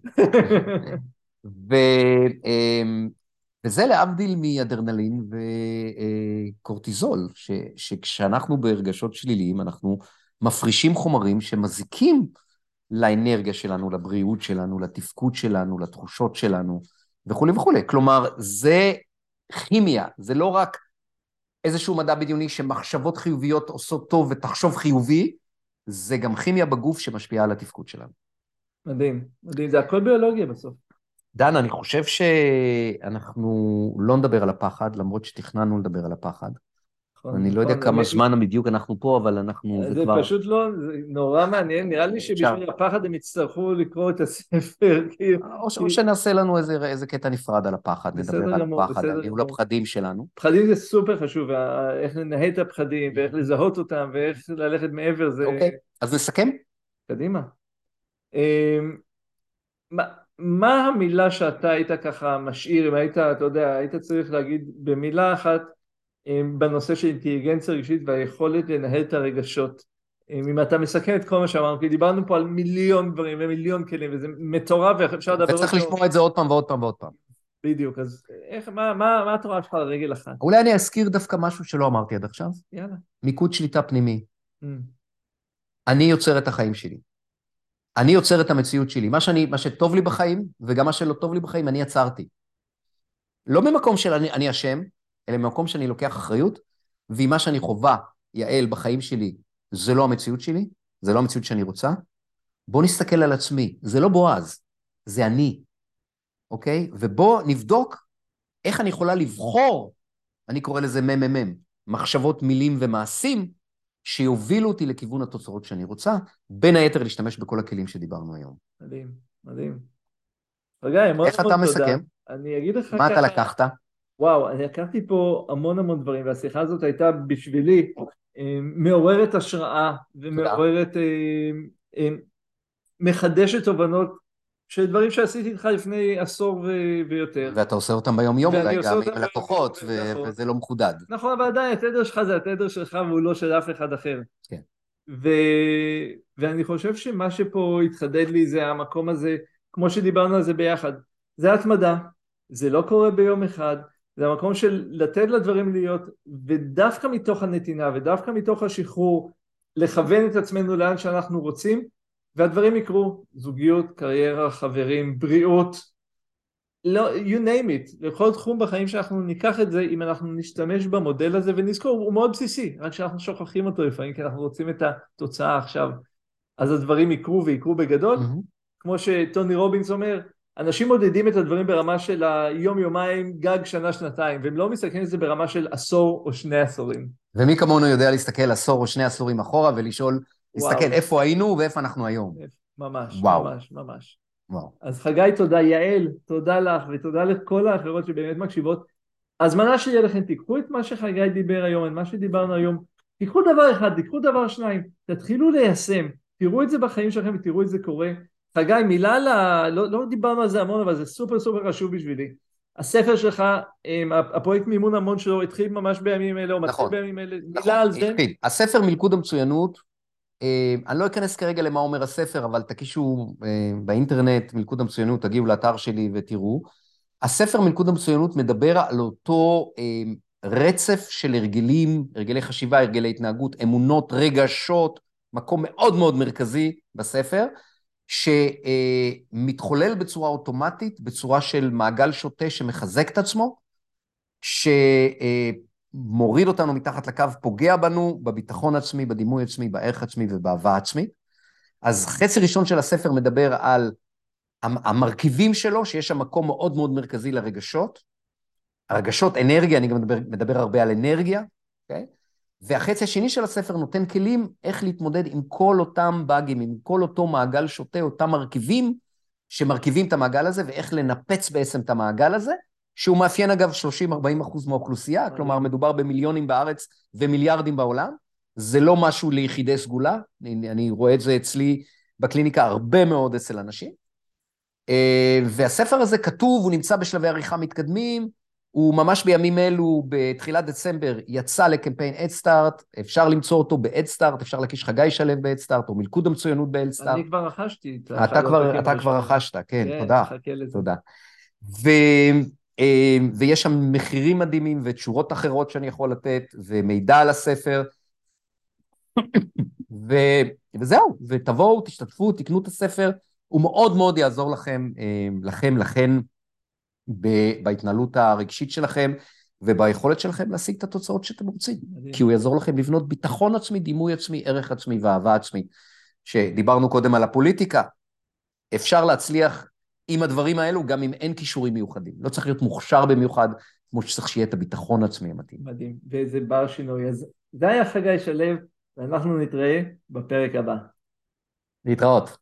וזה להבדיל מאדרנלין וקורטיזול, שכשאנחנו ברגשות שליליים, אנחנו מפרישים חומרים שמזיקים לאנרגיה שלנו, לבריאות שלנו, לתפקוד שלנו, לתחושות שלנו, וכו' וכו'. כלומר, זה כימיה, זה לא רק איזשהו מדע בדיוני שמחשבות חיוביות עושות טוב ותחשוב חיובי, זה גם כימיה בגוף שמשפיעה על התפקוד שלנו. מדהים, זה הכל ביולוגיה בסוף. דן, אני חושב שאנחנו לא נדבר על הפחד, למרות שתכננו לדבר על הפחד. אני לא יודע כמה זמן בדיוק אנחנו פה, אבל אנחנו... זה פשוט לא, זה נורא מעניין, נראה לי שבשביל הפחד הם יצטרכו לקרוא את הספר. או שנעשה לנו איזה קטע נפרד על הפחד, נדבר על הפחד, על ניהול הפחדים שלנו. פחדים זה סופר חשוב, איך לנהל את הפחדים, ואיך לזהות אותם, ואיך ללכת מעבר זה... אוקיי, אז נסכם? קדימה. מה המילה שאתה היית ככה משאיר, אם היית, אתה יודע, היית צריך להגיד במילה אחת, בנושא של אינטליגנציה רגשית והיכולת לנהל את הרגשות. אם אתה מסכם את כל מה שאמרנו, כי דיברנו פה על מיליון דברים ומיליון כלים, וזה מטורף ואפשר לדבר אותו. וצריך לשמוע את זה עוד פעם ועוד פעם ועוד פעם. בדיוק, אז מה התורה שלך על רגל אחת? אולי אני אזכיר דווקא משהו שלא אמרתי עד עכשיו. יאללה. מיקוד שליטה פנימי. אני יוצר את החיים שלי. אני יוצר את המציאות שלי. מה שטוב לי בחיים, וגם מה שלא טוב לי בחיים, אני יצרתי. לא במקום של אני אשם, אלא במקום שאני לוקח אחריות, ואם מה שאני חובה, יעל, בחיים שלי, זה לא המציאות שלי, זה לא המציאות שאני רוצה, בוא נסתכל על עצמי, זה לא בועז, זה אני, אוקיי? ובוא נבדוק איך אני יכולה לבחור, אני קורא לזה מחשבות, מילים ומעשים, שיובילו אותי לכיוון התוצאות שאני רוצה, בין היתר להשתמש בכל הכלים שדיברנו היום. מדהים. רגע, איך אתה מסכם? אני אגיד לך מה אתה לקחת? וואו, אני לקחתי פה המון דברים, והשיחה הזאת הייתה בשבילי מעוררת השראה, ומעוררת, מחדשת תובנות, של דברים שעשיתי איתך לפני עשור ויותר. ואתה עושה אותם ביום יום, אולי גם עם לקוחות, וזה לא מחודד. נכון, אבל עדיין, התדר שלך זה התדר שלך, והוא לא של אף אחד אחר. כן. ו... ואני חושב שמה שפה התחדד לי זה המקום הזה, כמו שדיברנו על זה ביחד, זה התמדה, זה לא קורה ביום אחד, זה המקום של לתת לדברים להיות, ודווקא מתוך הנתינה ודווקא מתוך השחרור, לכוון את עצמנו לאן שאנחנו רוצים, והדברים יקרו, זוגיות, קריירה, חברים, בריאות, לא, you name it, לכל תחום בחיים שאנחנו ניקח את זה, אם אנחנו נשתמש במודל הזה ונזכור, הוא מאוד בסיסי, רק שאנחנו שוכחים אותו לפעמים, כי אנחנו רוצים את התוצאה עכשיו, אז הדברים יקרו ויקרו בגדול, כמו שטוני רובינס אומר, אנשים מודדים את הדברים ברמה של היום יומיים, גג שנה שנתיים, והם לא מסתכלים על זה ברמה של עשור או 2 עשורים. ומי כמונו יודע להסתכל עשור או 2 עשורים אחורה, ולשאול, להסתכל וואו. איפה היינו ואיפה אנחנו היום. ממש, וואו. ממש, ממש. וואו. אז חגי, תודה, יעל, תודה לך, ותודה לכל האחרות שבאמת מקשיבות. הזמנה שיהיה לכם, תיקחו את מה שחגי דיבר היום, את מה שדיברנו היום, תיקחו דבר אחד, תיקחו דבר שניים, תתחילו ליישם, תראו את זה בחיים שלכם ותראו את זה קורה. חגי, מילה לא דיברנו על זה המון, אבל זה סופר סופר חשוב בשבילי. הספר שלך, הפרויקט מימון המון שלו, התחיל ממש בימים אלה, או מתחיל בימים אלה, מילה על זה. הספר מלכוד המצוינות, אני לא אכנס כרגע למה אומר הספר, אבל תקישו באינטרנט מלכוד המצוינות, תגיעו לאתר שלי ותראו. הספר מלכוד המצוינות מדבר על אותו רצף של הרגלים, הרגלי חשיבה, הרגלי התנהגות, אמונות, רגשות, מקום מאוד מאוד מרכזי בספר, שמתחולל בצורה אוטומטית, בצורה של מעגל שוטה שמחזק את עצמו, שמוריד אותנו מתחת לקו, פוגע בנו בביטחון עצמי, בדימוי עצמי, בערך עצמי ובאהבה עצמי. אז חצי ראשון של הספר מדבר על המרכיבים שלו, שיש שם מקום מאוד מאוד מרכזי לרגשות, הרגשות, אנרגיה, אני גם מדבר הרבה על אנרגיה, okay? והחצי השני של הספר נותן כלים איך להתמודד עם כל אותם באגים, עם כל אותו מעגל שוטה, אותם מרכיבים שמרכיבים את המעגל הזה, ואיך לנפץ בעצם את המעגל הזה, שהוא מאפיין אגב 30-40% מהאוכלוסייה, כלומר מדובר במיליונים בארץ ומיליארדים בעולם, זה לא משהו ליחידי סגולה, אני רואה את זה אצלי בקליניקה הרבה מאוד אצל אנשים, והספר הזה כתוב, הוא נמצא בשלבי עריכה מתקדמים, הוא ממש בימים אלו, בתחילת דצמבר, יצא לקמפיין אדסטארט, אפשר למצוא אותו באדסטארט, אפשר להקיש חגי שלו באדסטארט, או מלכוד המצוינות באדסטארט. אני כבר רכשתי. אתה כבר רכשת, כן, תודה. חכה לזה. תודה. ויש שם מחירים מדהימים, ותשורות אחרות שאני יכול לתת, ומידע על הספר, וזהו, ותבואו, תשתתפו, תקנו את הספר, הוא מאוד מאוד יעזור לכן, בהתנהלות הרגשית שלכם, וביכולת שלכם להשיג את התוצאות שאתם רוצים. כי הוא יעזור לכם לבנות ביטחון עצמי, דימוי עצמי, ערך עצמי ואהבה עצמי. שדיברנו קודם על הפוליטיקה, אפשר להצליח עם הדברים האלו, גם אם אין כישורים מיוחדים. לא צריך להיות מוכשר במיוחד, כמו שצריך שיהיה את הביטחון עצמי המתאים. מדהים, ואיזה בר שינוי. אז זה היה חגי שלו, ואנחנו נתראה בפרק הבא. להתראות.